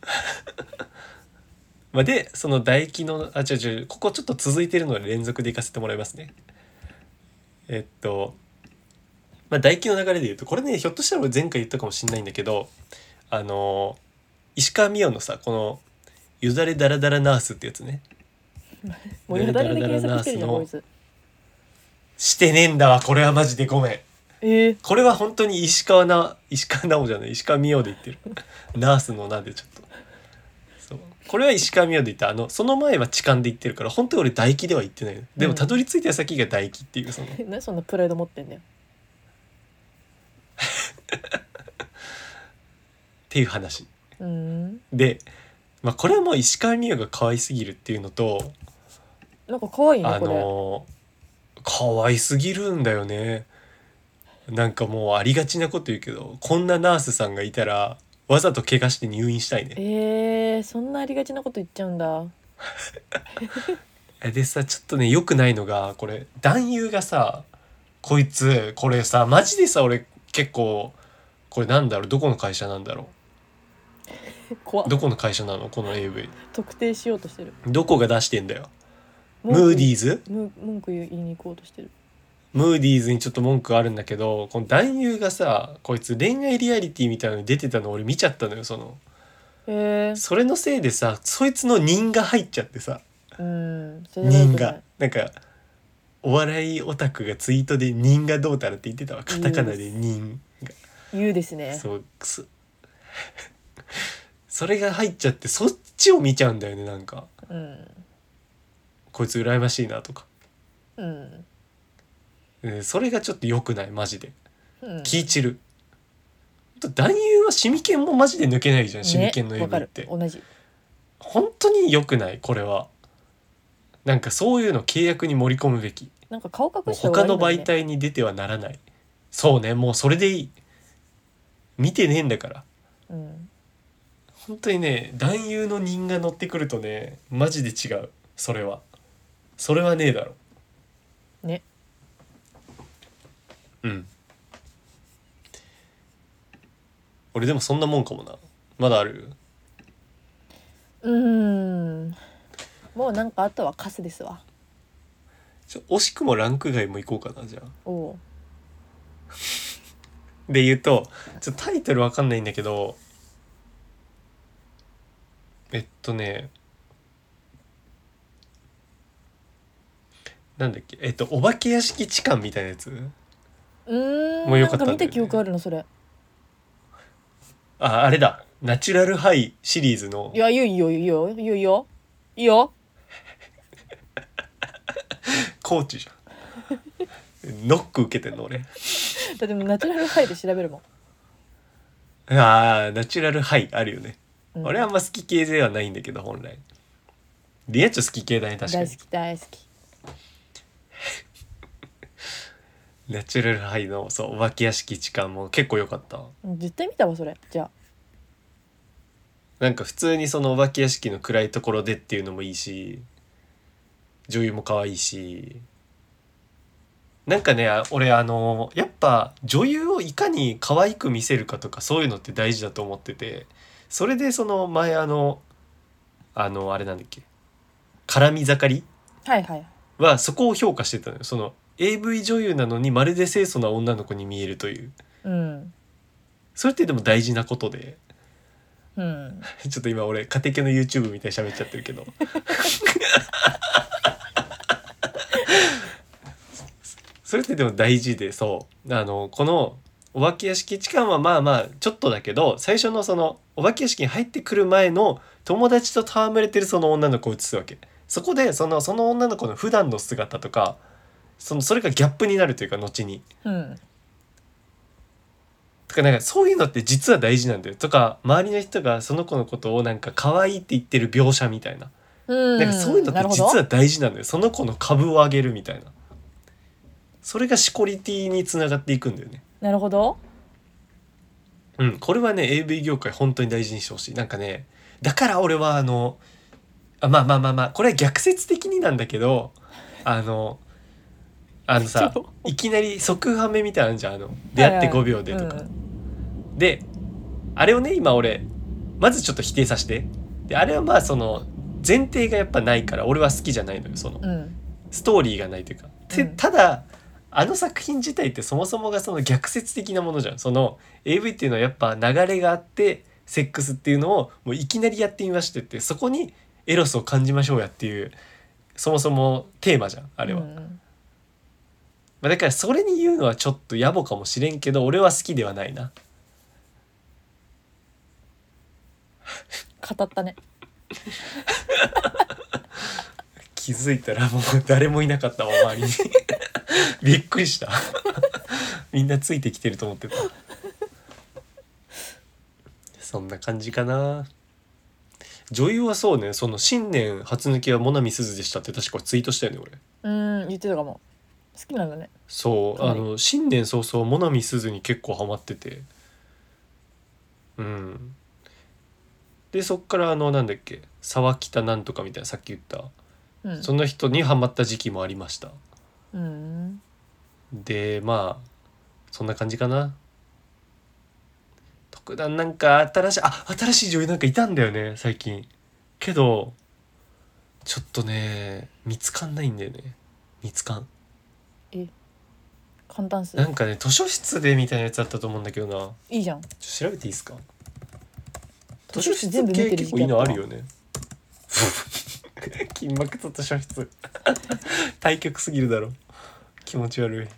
Speaker 1: まあ、でその唾液のあ違う違うここちょっと続いてるので連続でいかせてもらいますね。えっとまあ唾液の流れで言うとこれねひょっとしたら俺前回言ったかもしれないんだけどあの石川美代のさこの「よだれだらだらナース」ってやつね。
Speaker 2: もうよだれで検索してるじゃんこいつ。
Speaker 1: してねえんだわこれはマジでごめん。
Speaker 2: えー、
Speaker 1: これは本当に石川な石川直じゃない石川美代で言ってるナースの名でちょっとそうこれは石川美代で言ったあのその前は痴漢で言ってるから本当に俺唾液では言ってないの。でもたどり着いた先が唾液っていうその、
Speaker 2: なんでそんなプライド持ってんだよ。
Speaker 1: っていう話
Speaker 2: うん
Speaker 1: で、まあ、これはもう石川美代が可愛すぎるっていうのと
Speaker 2: なんか可愛いね
Speaker 1: あ
Speaker 2: これ。
Speaker 1: の可愛すぎるんだよね。なんかもうありがちなこと言うけどこんなナースさんがいたらわざと怪我して入院したいね。
Speaker 2: えー、そんなありがちなこと言っちゃうんだ。
Speaker 1: でさちょっとね良くないのがこれ男優がさこいつこれさマジでさ俺結構これなんだろうどこの会社なんだろ
Speaker 2: 怖っ。
Speaker 1: どこの会社なのこの エーブイ。
Speaker 2: 特定しようとしてる。
Speaker 1: どこが出してんだよ。ム
Speaker 2: 文句
Speaker 1: ーディーズ
Speaker 2: む文句言いに行こうとしてる。
Speaker 1: ムーディーズにちょっと文句あるんだけど、この男優がさ、こいつ恋愛リアリティみたいなのに出てたの俺見ちゃったのよ。その
Speaker 2: へえ。
Speaker 1: それのせいでさ、そいつの人が入っちゃってさ、
Speaker 2: うんそれは良
Speaker 1: 人
Speaker 2: くない
Speaker 1: がなんかお笑いオタクがツイートで人がどうたらって言ってたわ。カタカナで人が。
Speaker 2: 言うですね。
Speaker 1: そうそそれが入っちゃって、そっちを見ちゃうんだよね。なんか
Speaker 2: うん
Speaker 1: こいつ羨ましいなとか、
Speaker 2: うん
Speaker 1: うんそれがちょっと良くない。マジで
Speaker 2: うん。
Speaker 1: 気い散る。男優はシミケンもマジで抜けないじゃん、シミケンの エー
Speaker 2: わ
Speaker 1: ブイ
Speaker 2: かる
Speaker 1: って
Speaker 2: 同じ。
Speaker 1: 本当に良くない。これはなんかそういうの契約に盛り込むべき。
Speaker 2: なんか顔
Speaker 1: もう
Speaker 2: 隠した方が
Speaker 1: 他の
Speaker 2: いいのにね。
Speaker 1: 媒体に出てはならない。そうね、もうそれでいい。見てねえんだから。
Speaker 2: うん
Speaker 1: 本当にね、男優の人が乗ってくるとね、マジで違う。それはそれはねえだろ。
Speaker 2: ね。
Speaker 1: うん。俺でもそんなもんかもな。まだある。
Speaker 2: うーんもうなんかあとはカスですわ。
Speaker 1: ちょ惜しくもランク外も行こうかな。じゃあ
Speaker 2: おう。
Speaker 1: で言うと、ちょっとタイトルわかんないんだけど、えっとねなんだっけ、えっとお化け屋敷痴漢みたいなやつ。
Speaker 2: うーん
Speaker 1: もうよ
Speaker 2: なんか
Speaker 1: かったんだよね
Speaker 2: 見た記憶あるのそれ。
Speaker 1: あ、あれだ。ナチュラルハイシリーズの
Speaker 2: いやいいよいいよいいよいいよいいよいいよ。
Speaker 1: コーチじゃん。ノック受けてんの俺。
Speaker 2: だってもうナチュラルハイで調べるも
Speaker 1: ああ、ナチュラルハイあるよね。
Speaker 2: ん、うん、
Speaker 1: 俺あんま好き系ではないんだけど本来。リアチョ好き系だね確かに
Speaker 2: 大好。き大好き。
Speaker 1: ナチュラルハイのそうお化け屋敷痴漢も結構良かった。
Speaker 2: うん絶対見たわそれ。じゃあ
Speaker 1: なんか普通にそのお化け屋敷の暗いところでっていうのもいいし、女優も可愛いし、なんかね、あ俺あのやっぱ女優をいかに可愛く見せるかとかそういうのって大事だと思ってて、それでその前あのあのあれなんだっけ、絡み盛り
Speaker 2: はいはい。
Speaker 1: はそこを評価してたのよ。その エーブイ 女優なのにまるで清楚な女の子に見えるという、
Speaker 2: うん
Speaker 1: それってでも大事なことで、
Speaker 2: うん
Speaker 1: ちょっと今俺家庭系の YouTube みたいに喋っちゃってるけどそれってでも大事で、そうあのこのお化け屋敷痴漢はまあまあちょっとだけど、最初のそのお化け屋敷に入ってくる前の友達と戯れてるその女の子を映すわけ。そこでそのその女の子の普段の姿とか、そのそれがギャップになるというか後に
Speaker 2: うん
Speaker 1: とか、なんかそういうのって実は大事なんだよとか、周りの人がその子のことをなんか可愛いって言ってる描写みたいな、
Speaker 2: うん。
Speaker 1: なんかそういうのって実は大事なんだよ。その子の株を上げるみたいな、それがシコリティにつながっていくんだよね。
Speaker 2: なるほど。
Speaker 1: うん、これはね エーブイ 業界本当に大事にしてほしい。なんかね、だから俺はあのあまあまあまあまあこれは逆説的になんだけど、あのあのさいきなり即ハメみたいなのあるじゃん、あの出会ってごびょうでとか、
Speaker 2: はいはいうん
Speaker 1: であれをね今俺まずちょっと否定させて、であれはまあその前提がやっぱないから俺は好きじゃないのよ。その
Speaker 2: うん
Speaker 1: ストーリーがないというか、て
Speaker 2: うん
Speaker 1: ただあの作品自体ってそもそもがその逆説的なものじゃん。その エーブイ っていうのはやっぱ流れがあってセックスっていうのをもういきなりやってみましてって、そこにエロスを感じましょうやっていうそもそもテーマじゃんあれは、
Speaker 2: うん
Speaker 1: まあ、だからそれに言うのはちょっと野暮かもしれんけど俺は好きではないな。
Speaker 2: 語ったね。
Speaker 1: 気づいたらもう誰もいなかったわ周りにびっくりしたみんなついてきてると思ってた。そんな感じかな。女優はそうね、その新年初抜けはモナミスズでしたって確かツイートしたよね俺。
Speaker 2: うん言ってたかも。好きなんだね。
Speaker 1: そうあの新年早々モナミスズに結構ハマってて、うんでそっからあのなんだっけ沢北なんとかみたいなさっき言った、
Speaker 2: うん
Speaker 1: その人にハマった時期もありました。
Speaker 2: うん
Speaker 1: でまあそんな感じかな。特特段なんか新しいあ新しい女優なんかいたんだよね最近。けどちょっとね見つかんないんだよね。見つかん。
Speaker 2: え簡単数
Speaker 1: なんかね図書室でみたいなやつだったと思うんだけどな。
Speaker 2: いいじゃん。
Speaker 1: ちょっと調べていいですか。図
Speaker 2: 図書
Speaker 1: 書室
Speaker 2: 室全部見てる
Speaker 1: 系結構いい
Speaker 2: 時期あったわ
Speaker 1: のあるよね。金幕と図書室対極すぎるだろ。気持ち悪い。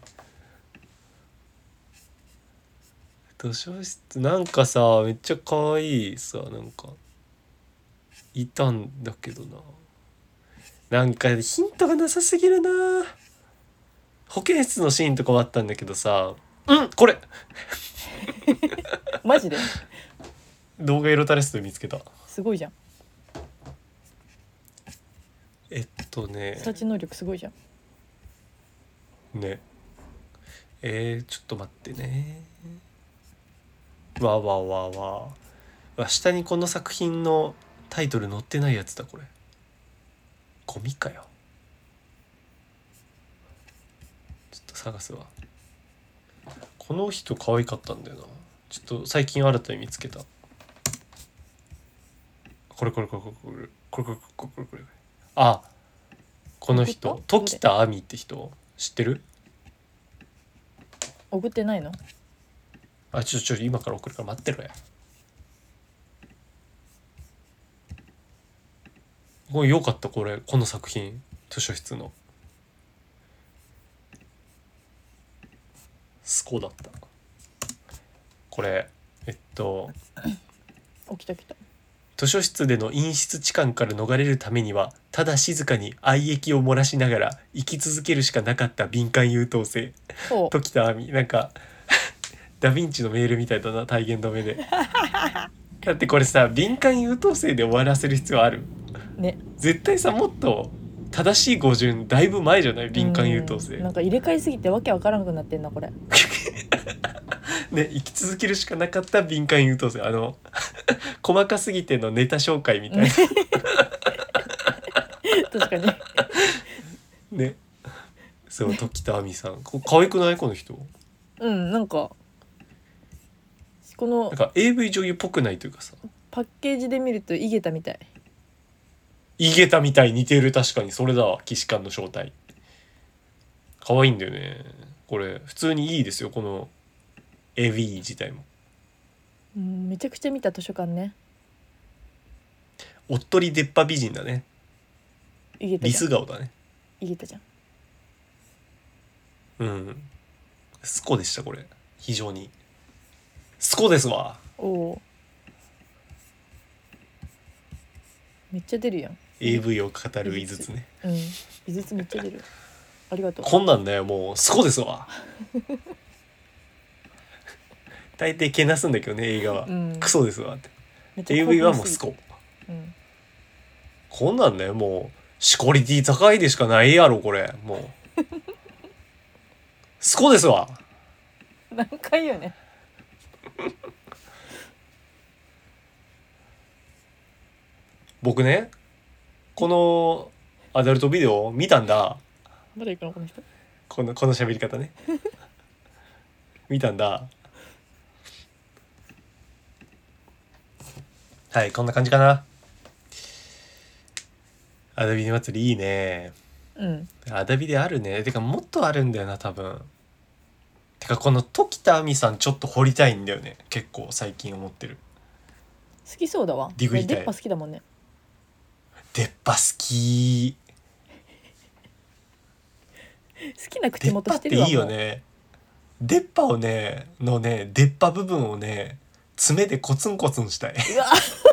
Speaker 1: 図書室なんかさめっちゃ可愛いさなんかいたんだけどな。なんかヒントがなさすぎるな。保健室のシーンとかはあったんだけどさ、うんこれ
Speaker 2: マジで
Speaker 1: 動画エロタレストで見つけた。
Speaker 2: すごいじゃん。
Speaker 1: えっとね
Speaker 2: サーチ能力すごいじゃん。
Speaker 1: ねえー、ちょっと待ってね。わわわわわ下にこの作品のタイトル載ってないやつだこれ。ゴミかよ。ちょっと探すわ。この人可愛かったんだよな。ちょっと最近新たに見つけた。これこれこれこれこれこれこれこれこれこれあこの人
Speaker 2: 送った
Speaker 1: 時田亜美って人知ってる？
Speaker 2: 送ってないの？
Speaker 1: あちょちょ今から送るから待ってろや。これよかったこれこの作品図書室のスコだった。これえっと
Speaker 2: 起きた来た。
Speaker 1: 図書室での陰湿痴漢から逃れるためにはただ静かに愛液を漏らしながら生き続けるしかなかった敏感優等生
Speaker 2: そう
Speaker 1: 時田亜美。なんかダヴィンチのメールみたいだな体言止めでだってこれさ敏感優等生で終わらせる必要ある？
Speaker 2: ね。
Speaker 1: 絶対さもっと正しい語順だいぶ前じゃない？敏感優等生
Speaker 2: なんか入れ替えすぎてわけわからんくなってんなこれ
Speaker 1: ね生き続けるしかなかった敏感優等生。あの細かすぎてのネタ紹介みたいな
Speaker 2: 確かに
Speaker 1: ね。そう時田亜美さんこ可愛くないこの人。
Speaker 2: うんなんかこの
Speaker 1: なんか エーブイ 女優っぽくないというかさ
Speaker 2: パッケージで見ると井桁みたい。
Speaker 1: 井桁みたい似てる。確かにそれだわ。騎士官の正体可愛いんだよねこれ。普通にいいですよこの エーブイ 自体も。
Speaker 2: うんめちゃくちゃ見た図書館ね。
Speaker 1: おっとり出っ歯美人だね。リ
Speaker 2: 井桁じゃん。
Speaker 1: ス顔だね。
Speaker 2: 井桁じゃん。
Speaker 1: うんスコでしたこれ。非常にスコですわ。
Speaker 2: おおめっちゃ出るやん。
Speaker 1: エーブイ を語る井筒ね。
Speaker 2: うん井筒めっちゃ出る。ありがとう。
Speaker 1: こんなんだよもうスコですわ大抵けなすんだけどね映画は、
Speaker 2: うん、
Speaker 1: クソですわって。
Speaker 2: めっちゃ
Speaker 1: エーブイ はもうスコ。
Speaker 2: うん、
Speaker 1: こんなんねもうシコリティ高いでしかないやろこれ。もうスコですわ。
Speaker 2: 何回言うね
Speaker 1: 僕ねこのアダルトビデオ見たんだ。
Speaker 2: 誰かなこの人。
Speaker 1: このこの喋り方ね見たんだ。はいこんな感じかな。アダビデ祭りいいね。
Speaker 2: うん
Speaker 1: アダビデあるね。てかもっとあるんだよな多分。てかこの時田亜美さんちょっと掘りたいんだよね結構最近思ってる。
Speaker 2: 好きそうだわ。
Speaker 1: ディグりたい
Speaker 2: 出っ歯好きだもんね。
Speaker 1: 出っ歯好き。
Speaker 2: 好きな口
Speaker 1: 出っ歯ってい
Speaker 2: 元してるわ。
Speaker 1: いよね。出っ歯をねのね出っ歯部分をね爪でコツンコツンしたい。
Speaker 2: うわ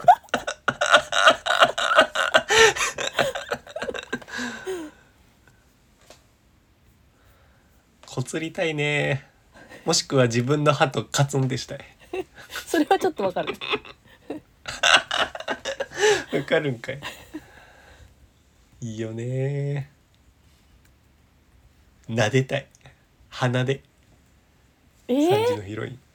Speaker 1: こつりたいね。もしくは自分の歯とカツンでしたい。
Speaker 2: それはちょっとわかる。
Speaker 1: わかるんかい。いいよね。撫でたい。鼻で。
Speaker 2: え
Speaker 1: 三時
Speaker 2: ー、
Speaker 1: のヒロイン。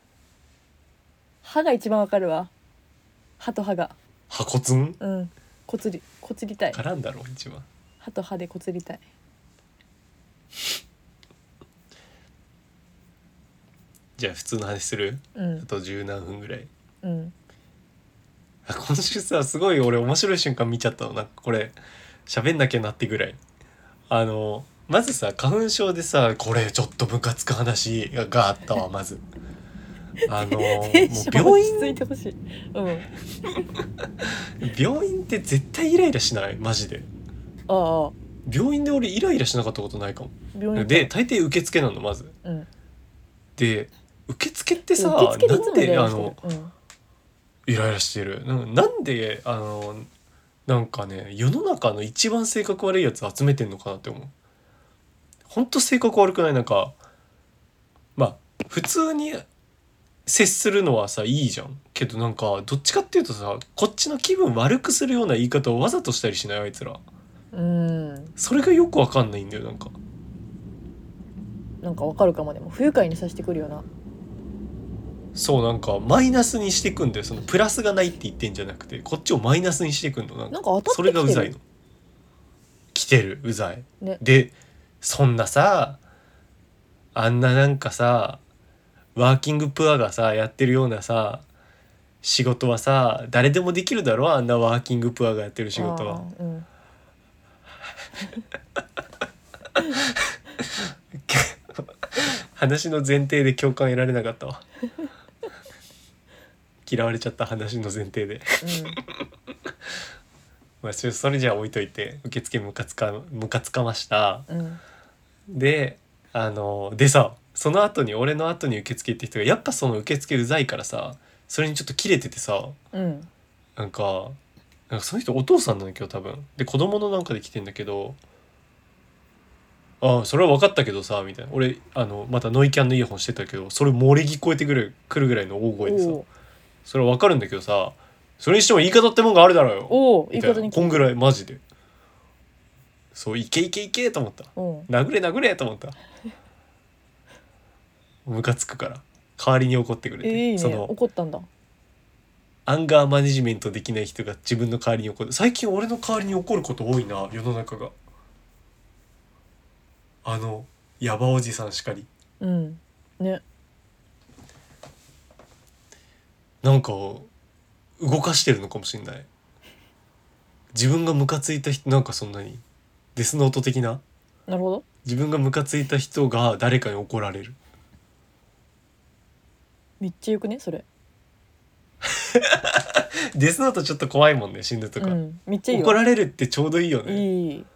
Speaker 2: 歯が一番わかるわ。歯と歯が。
Speaker 1: 歯コツン
Speaker 2: うんこつりこつりたい。
Speaker 1: 絡んだろ一番。
Speaker 2: 歯と歯でこつりたい。
Speaker 1: じゃあ普通の話する？
Speaker 2: うん
Speaker 1: あと十何分ぐらい。
Speaker 2: うん
Speaker 1: あ今週さすごい俺面白い瞬間見ちゃったの。なんかこれ喋んなきゃなってぐらい。あのまずさ花粉症でさこれちょっとムカつく話ががあったわまず。あのもう
Speaker 2: テンション
Speaker 1: 病
Speaker 2: 落ち着い
Speaker 1: 院
Speaker 2: てほしい。うん
Speaker 1: 病院って絶対イライラしないマジで。
Speaker 2: ああ
Speaker 1: 病院で俺イライラしなかったことないかも。
Speaker 2: 病院
Speaker 1: で大抵受付なのまず。
Speaker 2: うん
Speaker 1: で受付ってさ
Speaker 2: 受付でいつ
Speaker 1: なん
Speaker 2: もイライラして
Speaker 1: であの
Speaker 2: るうん
Speaker 1: イライラしてるななんであのなんかね世の中の一番性格悪いやつ集めてんのかなって思う。ほんと性格悪くない？なんかまあ普通に接するのはさいいじゃんけどなんかどっちかっていうとさこっちの気分悪くするような言い方をわざとしたりしないあいつら。
Speaker 2: うん
Speaker 1: それがよくわかんないんだよなんか。
Speaker 2: なんかわかるかも。でも不愉快にさせてくるよな。
Speaker 1: そうなんかマイナスにしていくんだよ。そのプラスがないって言ってんじゃなくてこっちをマイナスにしていくの。なんか
Speaker 2: なんか当たってきてる
Speaker 1: それがうざいの。来てるうざい、
Speaker 2: ね
Speaker 1: でそんなさあんななんかさワーキングプアがさやってるようなさ仕事はさ誰でもできるだろ。あんなワーキングプアがやってる仕事は。
Speaker 2: あーうん
Speaker 1: 話の前提で共感得られなかったわ。嫌われちゃった話の前提でまあそれそれじゃあ置いといて受付ムカつかムカつかました。
Speaker 2: うんうん
Speaker 1: であのでさその後に俺の後に受付って人がやっぱその受付うざいからさそれにちょっとキレててさ
Speaker 2: うん
Speaker 1: なんかなんかその人お父さんなんだけど多分で子供のなんかで来てんだけどああそれは分かったけどさみたいな。俺あのまたノイキャンのイヤホンしてたけどそれ漏れ聞こえてくるくるぐらいの大声でさ
Speaker 2: おー
Speaker 1: それは分かるんだけどさそれにしても言い方ってもんがあるだろうよ
Speaker 2: おー言
Speaker 1: みたい
Speaker 2: い方に
Speaker 1: なこんぐらいマジでそういけいけいけと思った。
Speaker 2: うん
Speaker 1: 殴れ殴れと思った。ムカつくから代わりに怒ってくれて、
Speaker 2: えーいいね
Speaker 1: その
Speaker 2: 怒ったんだ。
Speaker 1: アンガーマネジメントできない人が自分の代わりに怒る。最近俺の代わりに怒ること多いな世の中が。あのヤバおじさんしかり
Speaker 2: うんね
Speaker 1: なんか動かしてるのかもしれない。自分がムカついた人なんかそんなにデスノート的な
Speaker 2: なるほど。
Speaker 1: 自分がムカついた人が誰かに怒られる。
Speaker 2: めっちゃよくねそれ。
Speaker 1: デスノートちょっと怖いもんね死ぬとか、
Speaker 2: うんめっちゃいい
Speaker 1: 怒
Speaker 2: わ。
Speaker 1: られるってちょうどいいよね。
Speaker 2: いい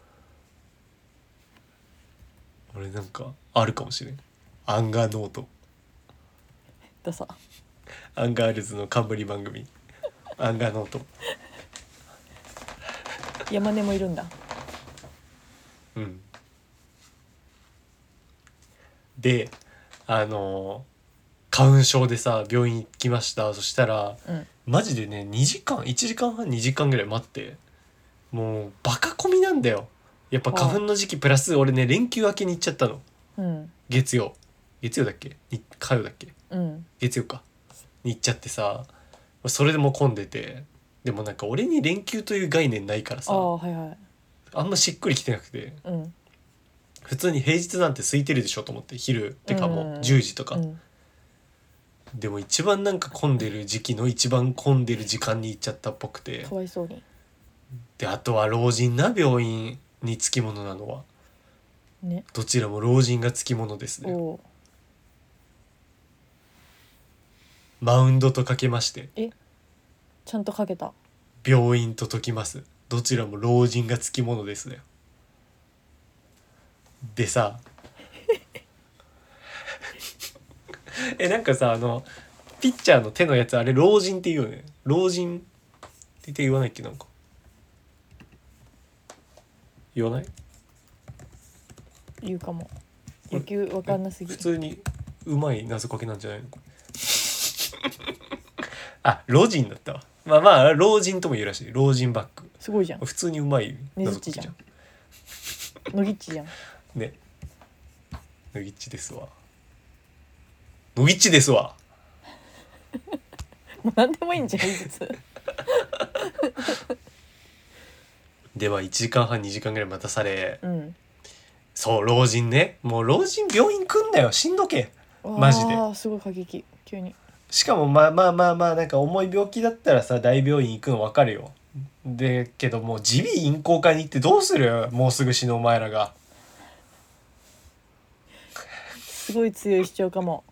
Speaker 1: 俺なんかあるかもしれんアンガーノート。
Speaker 2: ださ
Speaker 1: アンガールズの冠番組アンガーノート。
Speaker 2: 山根もいるんだ。
Speaker 1: うんであの花粉症でさ病院行きました。そしたら
Speaker 2: うん
Speaker 1: マジでねにじかんいちじかんはんにじかんぐらい待ってもうバカ混みなんだよ。やっぱ花粉の時期プラス俺ね連休明けに行っちゃったの。
Speaker 2: うん
Speaker 1: 月曜月曜だっけに火曜だっけ
Speaker 2: うん
Speaker 1: 月曜かに行っちゃってさそれでもう混んでてでもなんか俺に連休という概念ないから
Speaker 2: あ
Speaker 1: さ
Speaker 2: あはいはい
Speaker 1: あんましっくりきてなくて
Speaker 2: うん
Speaker 1: 普通に平日なんて空いてるでしょと思って昼ってかも
Speaker 2: う
Speaker 1: うんじゅうじとか、
Speaker 2: うん
Speaker 1: でも一番なんか混んでる時期の一番混んでる時間に行っちゃったっぽくて
Speaker 2: かわいそうに
Speaker 1: であとは老人な病院につきものなのは
Speaker 2: ね。
Speaker 1: どちらも老人がつきものですね。
Speaker 2: おー
Speaker 1: マウンドとかけまして
Speaker 2: ちゃんとかけた。
Speaker 1: 病院と解きますどちらも老人がつきものですだよ。でさえなんかさあのピッチャーの手のやつあれ老人って言うよね。老人って言わないっけなんか言わない
Speaker 2: 言うかも。野球わかんなすぎ
Speaker 1: 普。通にうまい謎かけなんじゃないのあ老人だったわ。まあまあ老人とも言うらしい。老人バッグ
Speaker 2: すごいじゃん。
Speaker 1: 普通にうまい
Speaker 2: ねず
Speaker 1: 謎かけじゃん
Speaker 2: っちじゃん。のぎっちじゃん。
Speaker 1: ねのぎっちですわのぎっちですわ。
Speaker 2: もう何でもいいんじゃんいつつ。
Speaker 1: ではいちじかんはんにじかんぐらい待たされ
Speaker 2: うん
Speaker 1: そう老人ねもう老人病院来んなよしんどけマジで。
Speaker 2: ああすごい過激急に。
Speaker 1: しかもまあまあまあまあなんか重い病気だったらさ大病院行くの分かるよ。でけどもう耳鼻咽喉科に行ってどうする？もうすぐ死ぬお前らが。
Speaker 2: すごい強い主張かも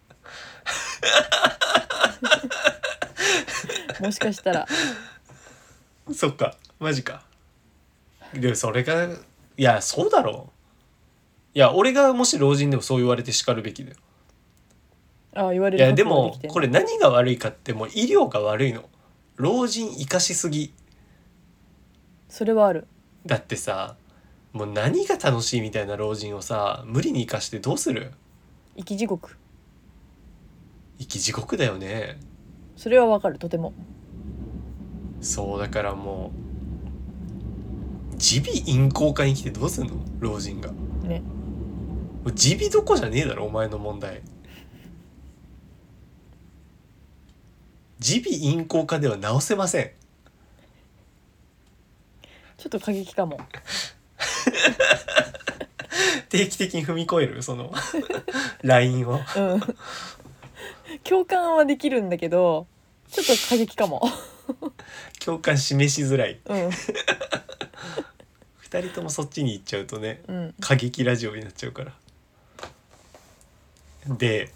Speaker 2: もしかしたら。
Speaker 1: そっかマジか。でもそれがいやそうだろう。いや俺がもし老人でもそう言われて叱るべきだよ。
Speaker 2: ああ言われ
Speaker 1: いやで
Speaker 2: る覚悟ができてんだ。
Speaker 1: もこれ何が悪いかってもう医療が悪いの。老人生かしすぎ。
Speaker 2: それはある。
Speaker 1: だってさもう何が楽しいみたいな老人をさ無理に生かしてどうする？
Speaker 2: 生き地獄。
Speaker 1: 生き地獄だよね。
Speaker 2: それはわかるとても。
Speaker 1: そうだからもう耳鼻咽喉科に来てどうすんの老人が。
Speaker 2: ね。
Speaker 1: もう耳鼻どこじゃねえだろお前の問題。耳鼻咽喉科では治せません。
Speaker 2: ちょっと過激かも。
Speaker 1: 定期的に踏み越えるそのラインを。
Speaker 2: うん共感はできるんだけどちょっと過激かも
Speaker 1: 共感示しづらい。
Speaker 2: うん
Speaker 1: 二人ともそっちに行っちゃうとね
Speaker 2: うん
Speaker 1: 過激ラジオになっちゃうから。で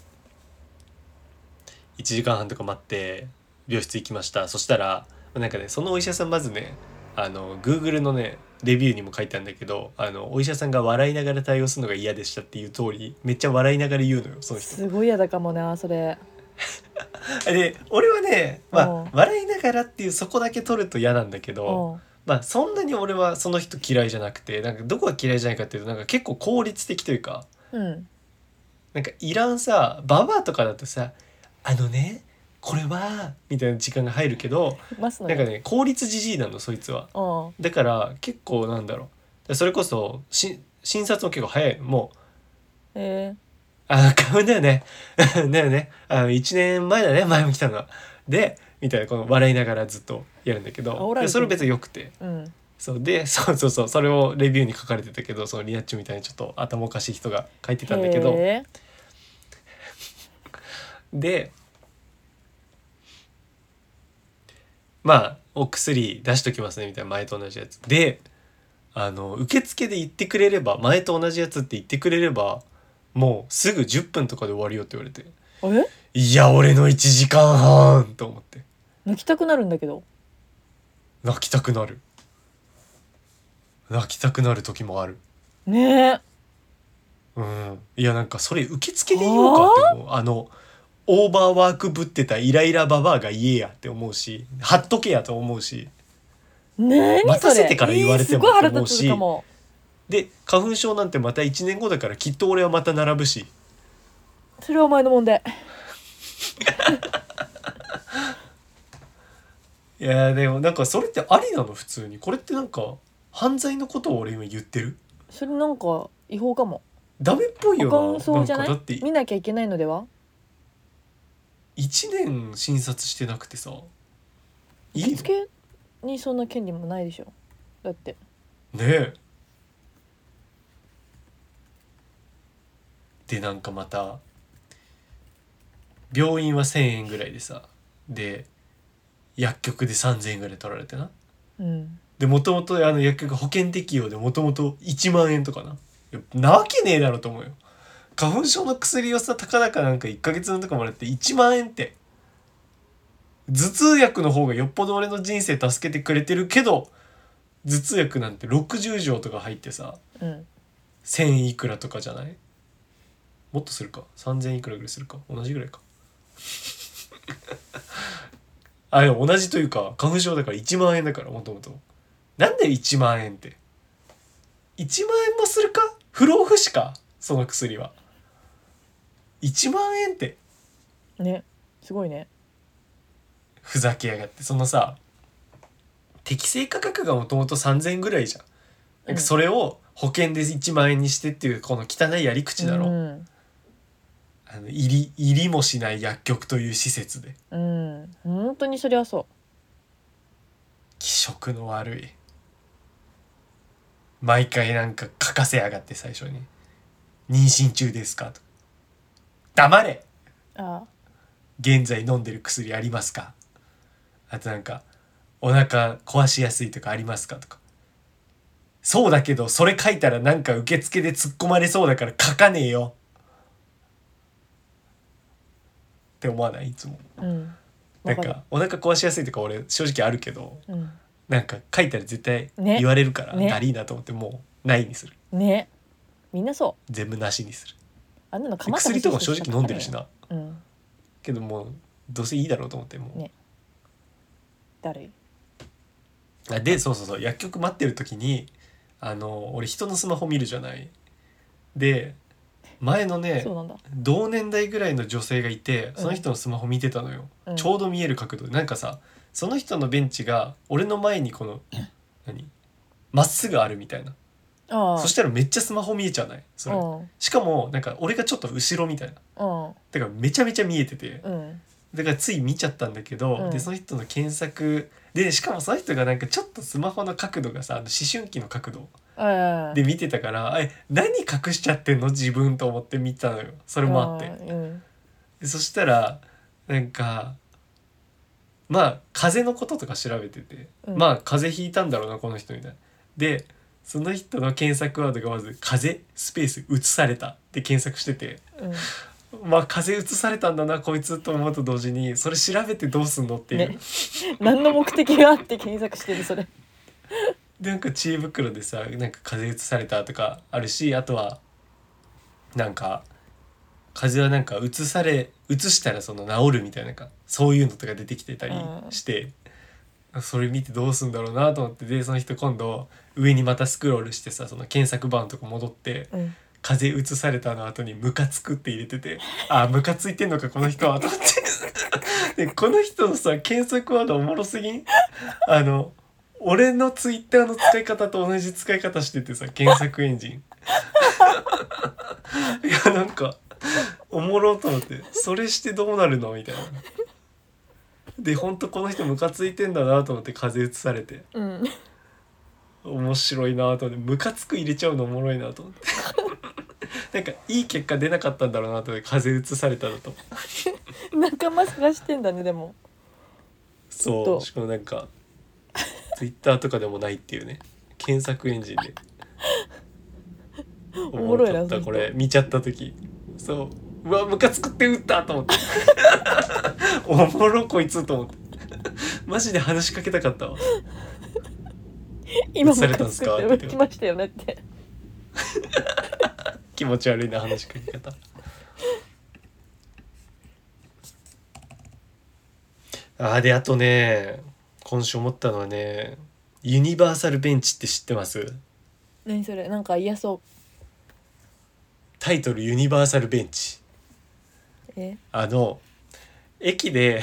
Speaker 1: いちじかんはんとか待って病室行きました。そしたらなんかねそのお医者さんまずねあの Google のねレビューにも書いてあるんだけどあのお医者さんが笑いながら対応するのが嫌でしたっていう通りめっちゃ笑いながら言うのよその人。
Speaker 2: すごい嫌だかもなそれ。
Speaker 1: で俺はねま
Speaker 2: うん
Speaker 1: あ笑いながらっていうそこだけ取ると嫌なんだけど
Speaker 2: うん
Speaker 1: まあそんなに俺はその人嫌いじゃなくてなんかどこが嫌いじゃないかっていうとなんか結構効率的というか
Speaker 2: うん
Speaker 1: なんかいらんさババアとかだとさあのねこれはみたいな時間が入るけど
Speaker 2: ますのよ。
Speaker 1: なんかね効率じじいなのそいつは。
Speaker 2: うん
Speaker 1: だから結構なんだろうそれこそし診察も結構早いのもう
Speaker 2: え
Speaker 1: あ買うんだよねだよねあのいちねんまえだね前も来たのはでみたいなこの笑いながらずっとやるんだけ
Speaker 2: 煽られてる
Speaker 1: どでそれ別によくて
Speaker 2: ー、うん
Speaker 1: そうでそうそうそうそれをレビューに書かれてたけどそのリナッチョみたいにちょっと頭おかしい人が書いてたんだけど
Speaker 2: へ
Speaker 1: でまあお薬出しときますねみたいな前と同じやつであの受付で言ってくれれば前と同じやつって言ってくれればもうすぐじゅっぷんとかで終わるよって言われて
Speaker 2: ー、え
Speaker 1: いや俺のいちじかんはんと思って
Speaker 2: 泣きたくなるんだけど。
Speaker 1: 泣きたくなる泣きたくなる時もある。
Speaker 2: ねえ
Speaker 1: うんいやなんかそれ受付で言おうかって思う。あのオーバーワークぶってたイライラババアが言えやって思うし貼っとけやと思うし
Speaker 2: 何それ
Speaker 1: 待たせてから言われても
Speaker 2: えーすごい腹
Speaker 1: って思うし
Speaker 2: 立つかも。
Speaker 1: で花粉症なんてまたいちねんごだからきっと俺はまた並ぶし
Speaker 2: それはお前の問題。
Speaker 1: いやでもなんかそれってありなの普通にこれってなんか犯罪のことを俺今言ってる
Speaker 2: それなんか違法かも。
Speaker 1: ダメっぽいよ
Speaker 2: 保
Speaker 1: な。
Speaker 2: 管そうじゃない
Speaker 1: なんかだって
Speaker 2: 見なきゃいけないのでは。
Speaker 1: いちねん診察してなくてさいいの
Speaker 2: 受付にそんな権利もないでしょだって。
Speaker 1: ねえでなんかまた病院はせんえんぐらいでさで薬局でさんぜんえんぐらい取られてな
Speaker 2: うん
Speaker 1: でもともとあの薬局保険適用でもともといちまんえんとかないやなわけねえだろと思うよ。花粉症の薬をさたかだかなんかいっかげつのとかもらっていちまんえんって頭痛薬の方がよっぽど俺の人生助けてくれてるけど頭痛薬なんてろくじゅう錠とか入ってさ
Speaker 2: うん
Speaker 1: せんいくらとかじゃない？もっとするかさんぜんいくらぐらいするか同じぐらいかあでも同じというか花粉症だからいちまんえんだからもともとなんでいちまんえんっていちまんえんもするか不老不死かその薬はいちまんえんって
Speaker 2: ねすごいね。
Speaker 1: ふざけやがってそのさ適正価格がもともとさんぜんえんぐらいじゃん。なんかそれを保険でいちまんえんにしてっていうこの汚いやり口だろ、
Speaker 2: うん
Speaker 1: あの入り入りもしない薬局という施設で
Speaker 2: うん本当にそれはそ
Speaker 1: 気色の悪い毎回なんか書かせやがって最初に妊娠中ですかと黙れ、
Speaker 2: あ
Speaker 1: 現在飲んでる薬ありますか、あとなんかお腹壊しやすいとかありますかとか、そうだけどそれ書いたらなんか受付で突っ込まれそうだから書かねえよって思わない？いつも
Speaker 2: うん
Speaker 1: なん
Speaker 2: わかる
Speaker 1: かお腹壊しやすいとか俺正直あるけど、
Speaker 2: うん
Speaker 1: なんか書いたら絶対
Speaker 2: ね
Speaker 1: 言われるから、
Speaker 2: ね
Speaker 1: だりーなと思ってもうないにする、
Speaker 2: ねみんなそう
Speaker 1: 全部なしにする。
Speaker 2: あんなのかまってほしい
Speaker 1: 薬とかも正直飲んでるしな、
Speaker 2: うん
Speaker 1: けどもうどうせいいだろうと思ってもう、
Speaker 2: ねだるい
Speaker 1: あでそうそうそう薬局待ってる時にあの俺人のスマホ見るじゃない。で前のね
Speaker 2: そうなんだ
Speaker 1: 同年代ぐらいの女性がいてその人のスマホ見てたのよ、
Speaker 2: うん
Speaker 1: ちょうど見える角度でなんかさその人のベンチが俺の前にこの何まっすぐあるみたいな、
Speaker 2: ああ
Speaker 1: そしたらめっちゃスマホ見えちゃうないそれ、
Speaker 2: うん
Speaker 1: しかもなんか俺がちょっと後ろみたいな
Speaker 2: うん
Speaker 1: だからめちゃめちゃ見えてて、
Speaker 2: うん
Speaker 1: だからつい見ちゃったんだけど、
Speaker 2: うん
Speaker 1: でその人の検索でしかもその人がなんかちょっとスマホの角度がさあの思春期の角度
Speaker 2: ああ
Speaker 1: で見てたからえ何隠しちゃってんの自分と思って見たのよ。それもあって
Speaker 2: うん
Speaker 1: でそしたらなんかまあ風邪のこととか調べてて、
Speaker 2: うん
Speaker 1: まあ風邪ひいたんだろうなこの人みたいな。でその人の検索ワードがまず「風邪スペース移された」って検索してて、
Speaker 2: うん
Speaker 1: まあ風邪移されたんだなこいつと思うと同時にそれ調べてどうすんのっていう、
Speaker 2: ね何の目的があって検索してるそれ
Speaker 1: でなんか知恵袋でさなんか風邪移されたとかあるし、あとはなんか風邪はなんか移され移したらその治るみたいななんかそういうのとか出てきてたりして、それ見てどうすんだろうなと思って、でその人今度上にまたスクロールしてさその検索バーのとこ戻って
Speaker 2: うん
Speaker 1: 風邪移されたの後にムカつくって入れてて、あムカついてんのかこの人はと思ってでこの人のさ検索ワードおもろすぎん、あの俺のツイッターの使い方と同じ使い方しててさ検索エンジンいやなんかおもろと思ってそれしてどうなるのみたいなでほんとこの人ムカついてんだなと思って風移されて
Speaker 2: うん
Speaker 1: 面白いなと思ってムカつく入れちゃうのおもろいなと思ってなんかいい結果出なかったんだろうなと思って風移されたのと
Speaker 2: 仲間探してんだねでも
Speaker 1: そうしかもなんかツイッターとかでもないっていうね検索エンジンで
Speaker 2: おもろいな
Speaker 1: かった
Speaker 2: その人
Speaker 1: これ見ちゃった時そううわムカつくって打ったと思っておもろこいつと思ってマジで話しかけたかったわ
Speaker 2: 今も
Speaker 1: されたんですか
Speaker 2: 打ちましたよねって
Speaker 1: 気持ち悪いな話しかけ方あーであとね今週思ったのはねユニバーサルベンチって知ってます？
Speaker 2: 何それなんか嫌そ
Speaker 1: タイトルユニバーサルベンチ
Speaker 2: うえ
Speaker 1: あの駅で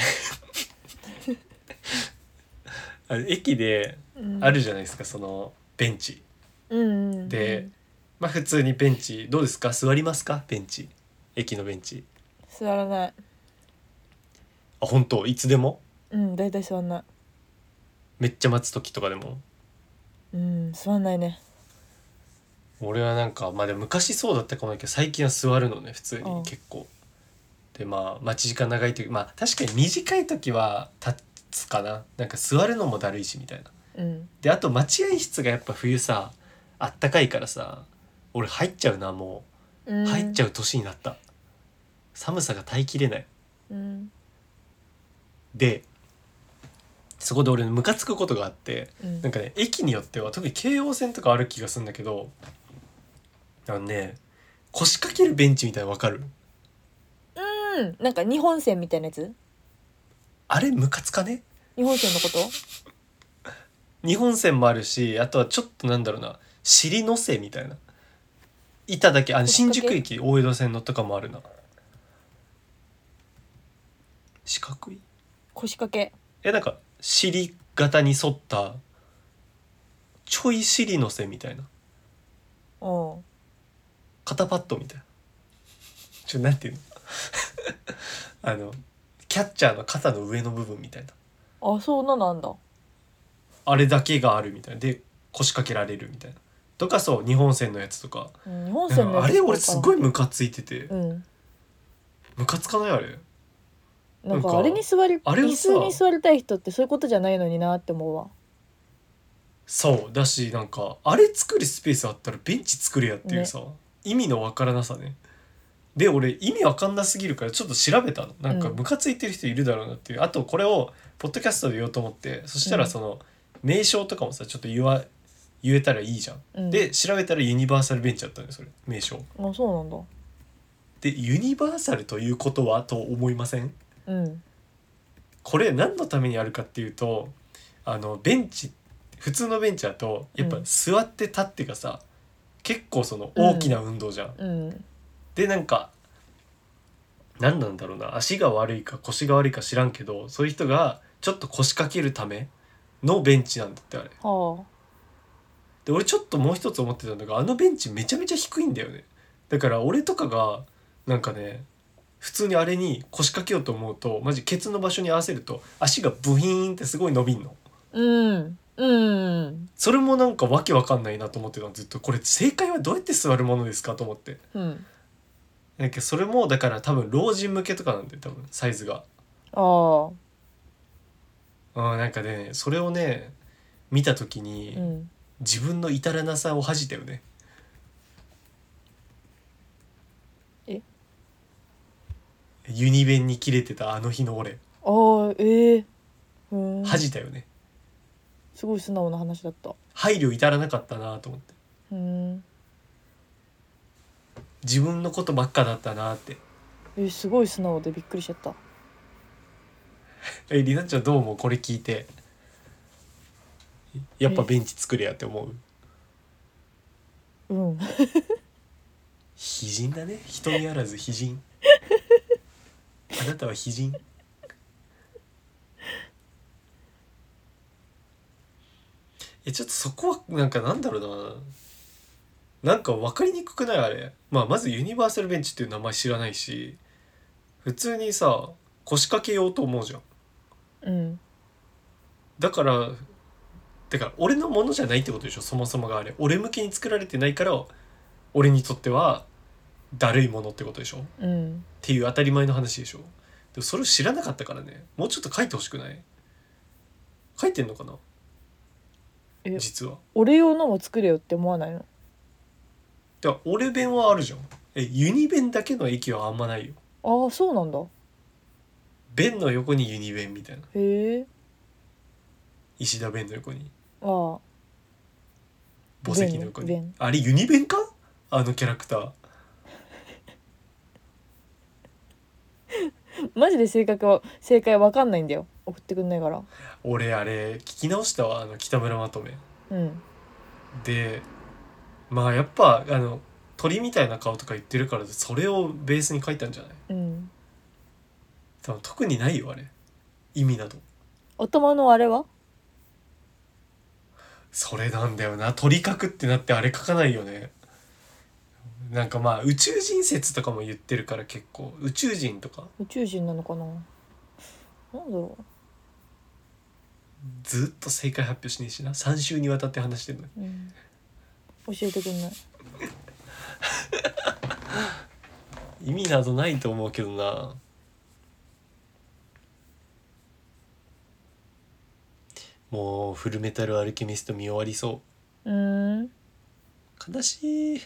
Speaker 1: あの駅で
Speaker 2: うん
Speaker 1: あるじゃないですかそのベンチ
Speaker 2: うんうん
Speaker 1: でまあ普通にベンチどうですか座りますかベンチ駅のベンチ
Speaker 2: 座らない
Speaker 1: あ本当いつでも
Speaker 2: うんだいたい座んない
Speaker 1: めっちゃ待つ時とかでも
Speaker 2: うん座んないね
Speaker 1: 俺はなんかまあでも昔そうだったかもだけど最近は座るのね普通
Speaker 2: うん
Speaker 1: に結構でまあ待ち時間長い時まあ確かに短い時は立つかななんか座るのもだるいしみたいな
Speaker 2: うん
Speaker 1: であと待合室がやっぱ冬さあったかいからさ俺入っちゃうなも
Speaker 2: う
Speaker 1: うん入っちゃ
Speaker 2: う
Speaker 1: う年になった寒さが耐えきれない
Speaker 2: うん
Speaker 1: でそこで俺ムカつくことがあって
Speaker 2: うん
Speaker 1: なんかね駅によっては特に京王線とかある気がするんだけどあのね腰掛けるベンチみたいなの分かる
Speaker 2: うんなんか日本線みたいなやつ
Speaker 1: あれムカつかね
Speaker 2: 日本線のこと
Speaker 1: 日本線もあるしあとはちょっとなんだろうな尻のせみたいな板だけあの新宿駅大江戸線のとかもあるな四角い
Speaker 2: 腰掛け
Speaker 1: えなんか尻型に沿ったちょい尻のせみたいな
Speaker 2: うん
Speaker 1: 肩パッドみたいなちょなんていうのあのキャッチャーの肩の上の部分みたいな
Speaker 2: あそうななんだ
Speaker 1: あれだけがあるみたいなで腰掛けられるみたいなとかそう日本線のやつとか
Speaker 2: うん日本線のやつ
Speaker 1: あれ俺すごいムカついてて、
Speaker 2: うん
Speaker 1: ムカつかないあれ。
Speaker 2: なんかあれに座り
Speaker 1: あれをさ
Speaker 2: 椅子に座りたい人ってそういうことじゃないのになって思うわ。
Speaker 1: そうだし、なんかあれ作るスペースあったらベンチ作れやっていうさ、ね、意味のわからなさね。で俺意味わかんなすぎるからちょっと調べたの。なんかムカついてる人いるだろうなっていう、うん、あとこれをポッドキャストで言おうと思って、そしたらその、うん、名称とかもさちょっと言わ言えたらいいじゃん、うん、で調べたらユニバーサルベンチだったのよそれ名称。
Speaker 2: あ、そうなんだ。
Speaker 1: でユニバーサルということはと思いません？
Speaker 2: うん、
Speaker 1: これ何のためにあるかっていうと、あのベンチ普通のベンチだとやっぱ座って立ってがさ、うん、結構その大きな運動じゃん、
Speaker 2: うん、
Speaker 1: でなんか何なんだろうな、足が悪いか腰が悪いか知らんけどそういう人がちょっと腰掛けるためのベンチなんだってあれ、
Speaker 2: はあ、
Speaker 1: で俺ちょっともう一つ思ってたんだが、あのベンチめちゃめちゃ低いんだよね。だから俺とかがなんかね普通にあれに腰掛けようと思うとマジケツの場所に合わせると足がブヒーンってすごい伸びんの。
Speaker 2: うんうん。
Speaker 1: それもなんかわけわかんないなと思ってたのずっと。これ正解はどうやって座るものですかと思って、
Speaker 2: うん、
Speaker 1: なんかそれもだから多分老人向けとかなんだよ多分サイズが。
Speaker 2: あ
Speaker 1: ああなんかねそれをね見た時に、うん、自分の至らなさを恥じたよね。
Speaker 2: え
Speaker 1: ユニベンにキレてたあの日の俺。
Speaker 2: ああ、ええ
Speaker 1: ー、恥じたよね。
Speaker 2: すごい素直な話だった。
Speaker 1: 配慮至らなかったなと思って。
Speaker 2: うん、
Speaker 1: 自分のことばっかだったなって。
Speaker 2: えすごい素直でびっくりしちゃった。
Speaker 1: えりなちゃんどう思うこれ聞いて。やっぱベンチ作れやって思う？
Speaker 2: うん
Speaker 1: 非人だね、人にあらず非人あなたは非人。えちょっとそこはなんかなんだろうな、なんか分かりにくくないあれ。まあまずユニバーサルベンチっていう名前知らないし、普通にさ腰掛けようと思うじゃん。
Speaker 2: うん。
Speaker 1: だからてか俺のものじゃないってことでしょそもそもが。あれ俺向けに作られてないから俺にとってはだるいものってことでしょ、
Speaker 2: うん、
Speaker 1: っていう当たり前の話でしょ。でもそれを知らなかったからね、もうちょっと書いてほしくない？書いてんのかな
Speaker 2: え
Speaker 1: 実は。
Speaker 2: 俺用のも作れよって思わないの？
Speaker 1: だから俺弁はあるじゃん。えユニ弁だけの駅はあんまないよ。
Speaker 2: ああそうなんだ。
Speaker 1: 弁の横にユニ弁みたいな。
Speaker 2: へえ。
Speaker 1: 石田弁の横に
Speaker 2: ああ
Speaker 1: 墓石の横に、ね、あれユニ弁かあのキャラクター
Speaker 2: マジで正確は正解わかんないんだよ送ってくんないから。
Speaker 1: 俺あれ聞き直したわあの北村まとめ、
Speaker 2: うん、
Speaker 1: でまあやっぱあの鳥みたいな顔とか言ってるからそれをベースに書いたんじゃない？
Speaker 2: うん、
Speaker 1: 多分特にないよあれ意味など。
Speaker 2: 頭のあれは
Speaker 1: それなんだよな、鳥書くってなってあれ書かないよね。なんかまあ宇宙人説とかも言ってるから結構宇宙人とか。
Speaker 2: 宇宙人なのかな、なんだろう。
Speaker 1: ずっと正解発表しねえしな、さん週にわたって話してるのに、
Speaker 2: うん、教えてくんない
Speaker 1: 意味などないと思うけどな。もうフルメタルアルケミスト見終わりそう。
Speaker 2: うーん
Speaker 1: 悲しい。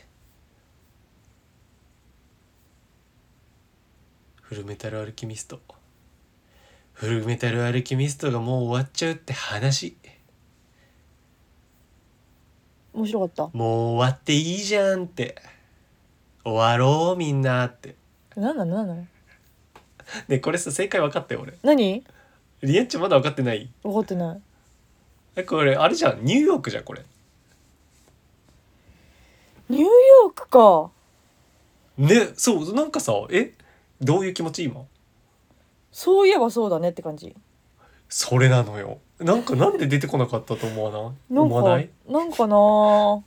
Speaker 1: フルメタルアルケミストフルメタルアルケミストがもう終わっちゃうって話。
Speaker 2: 面白かった。
Speaker 1: もう終わっていいじゃんって、終わろうみんなって。
Speaker 2: なんなのなんなの
Speaker 1: ねこれさ正解分かったよ俺。
Speaker 2: 何？
Speaker 1: リエンチまだ分かってない？
Speaker 2: 分かってない。
Speaker 1: えこれあれじゃん、ニューヨークじゃんこれ。
Speaker 2: ニューヨークか。
Speaker 1: ねそうなんかさえどういう気持ち今？
Speaker 2: そういえばそうだねって感じ。
Speaker 1: それなのよ。なんかなんで出てこなかったと思わない？
Speaker 2: なんか
Speaker 1: 思わない？
Speaker 2: なんかな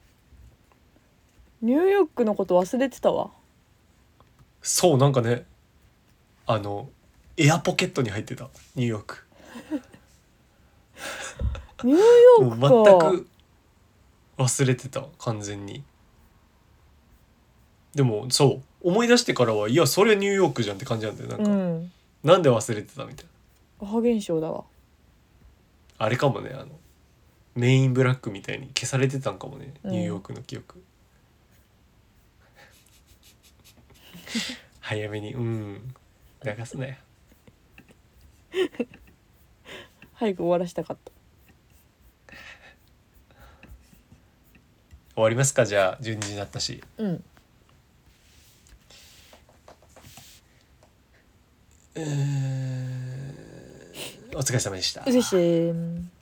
Speaker 2: ニューヨークのこと忘れてたわ。
Speaker 1: そうなんかねあのエアポケットに入ってたニューヨーク
Speaker 2: ニューヨークか。
Speaker 1: もう全く忘れてた完全に。でもそう思い出してからはいやそれニューヨークじゃんって感じなんだよなんか、
Speaker 2: うん、
Speaker 1: なんで忘れてたみたい
Speaker 2: アハ現象だわ。
Speaker 1: な。あれかもねあのメインブラックみたいに消されてたんかもね、
Speaker 2: うん
Speaker 1: ニューヨークの記憶早めにうん流すなよ。
Speaker 2: 早く終わらしたかった。
Speaker 1: 終わりますかじゃあじゅうにじになったし。
Speaker 2: うん。
Speaker 1: うーんお疲れ様でした。
Speaker 2: うずしてー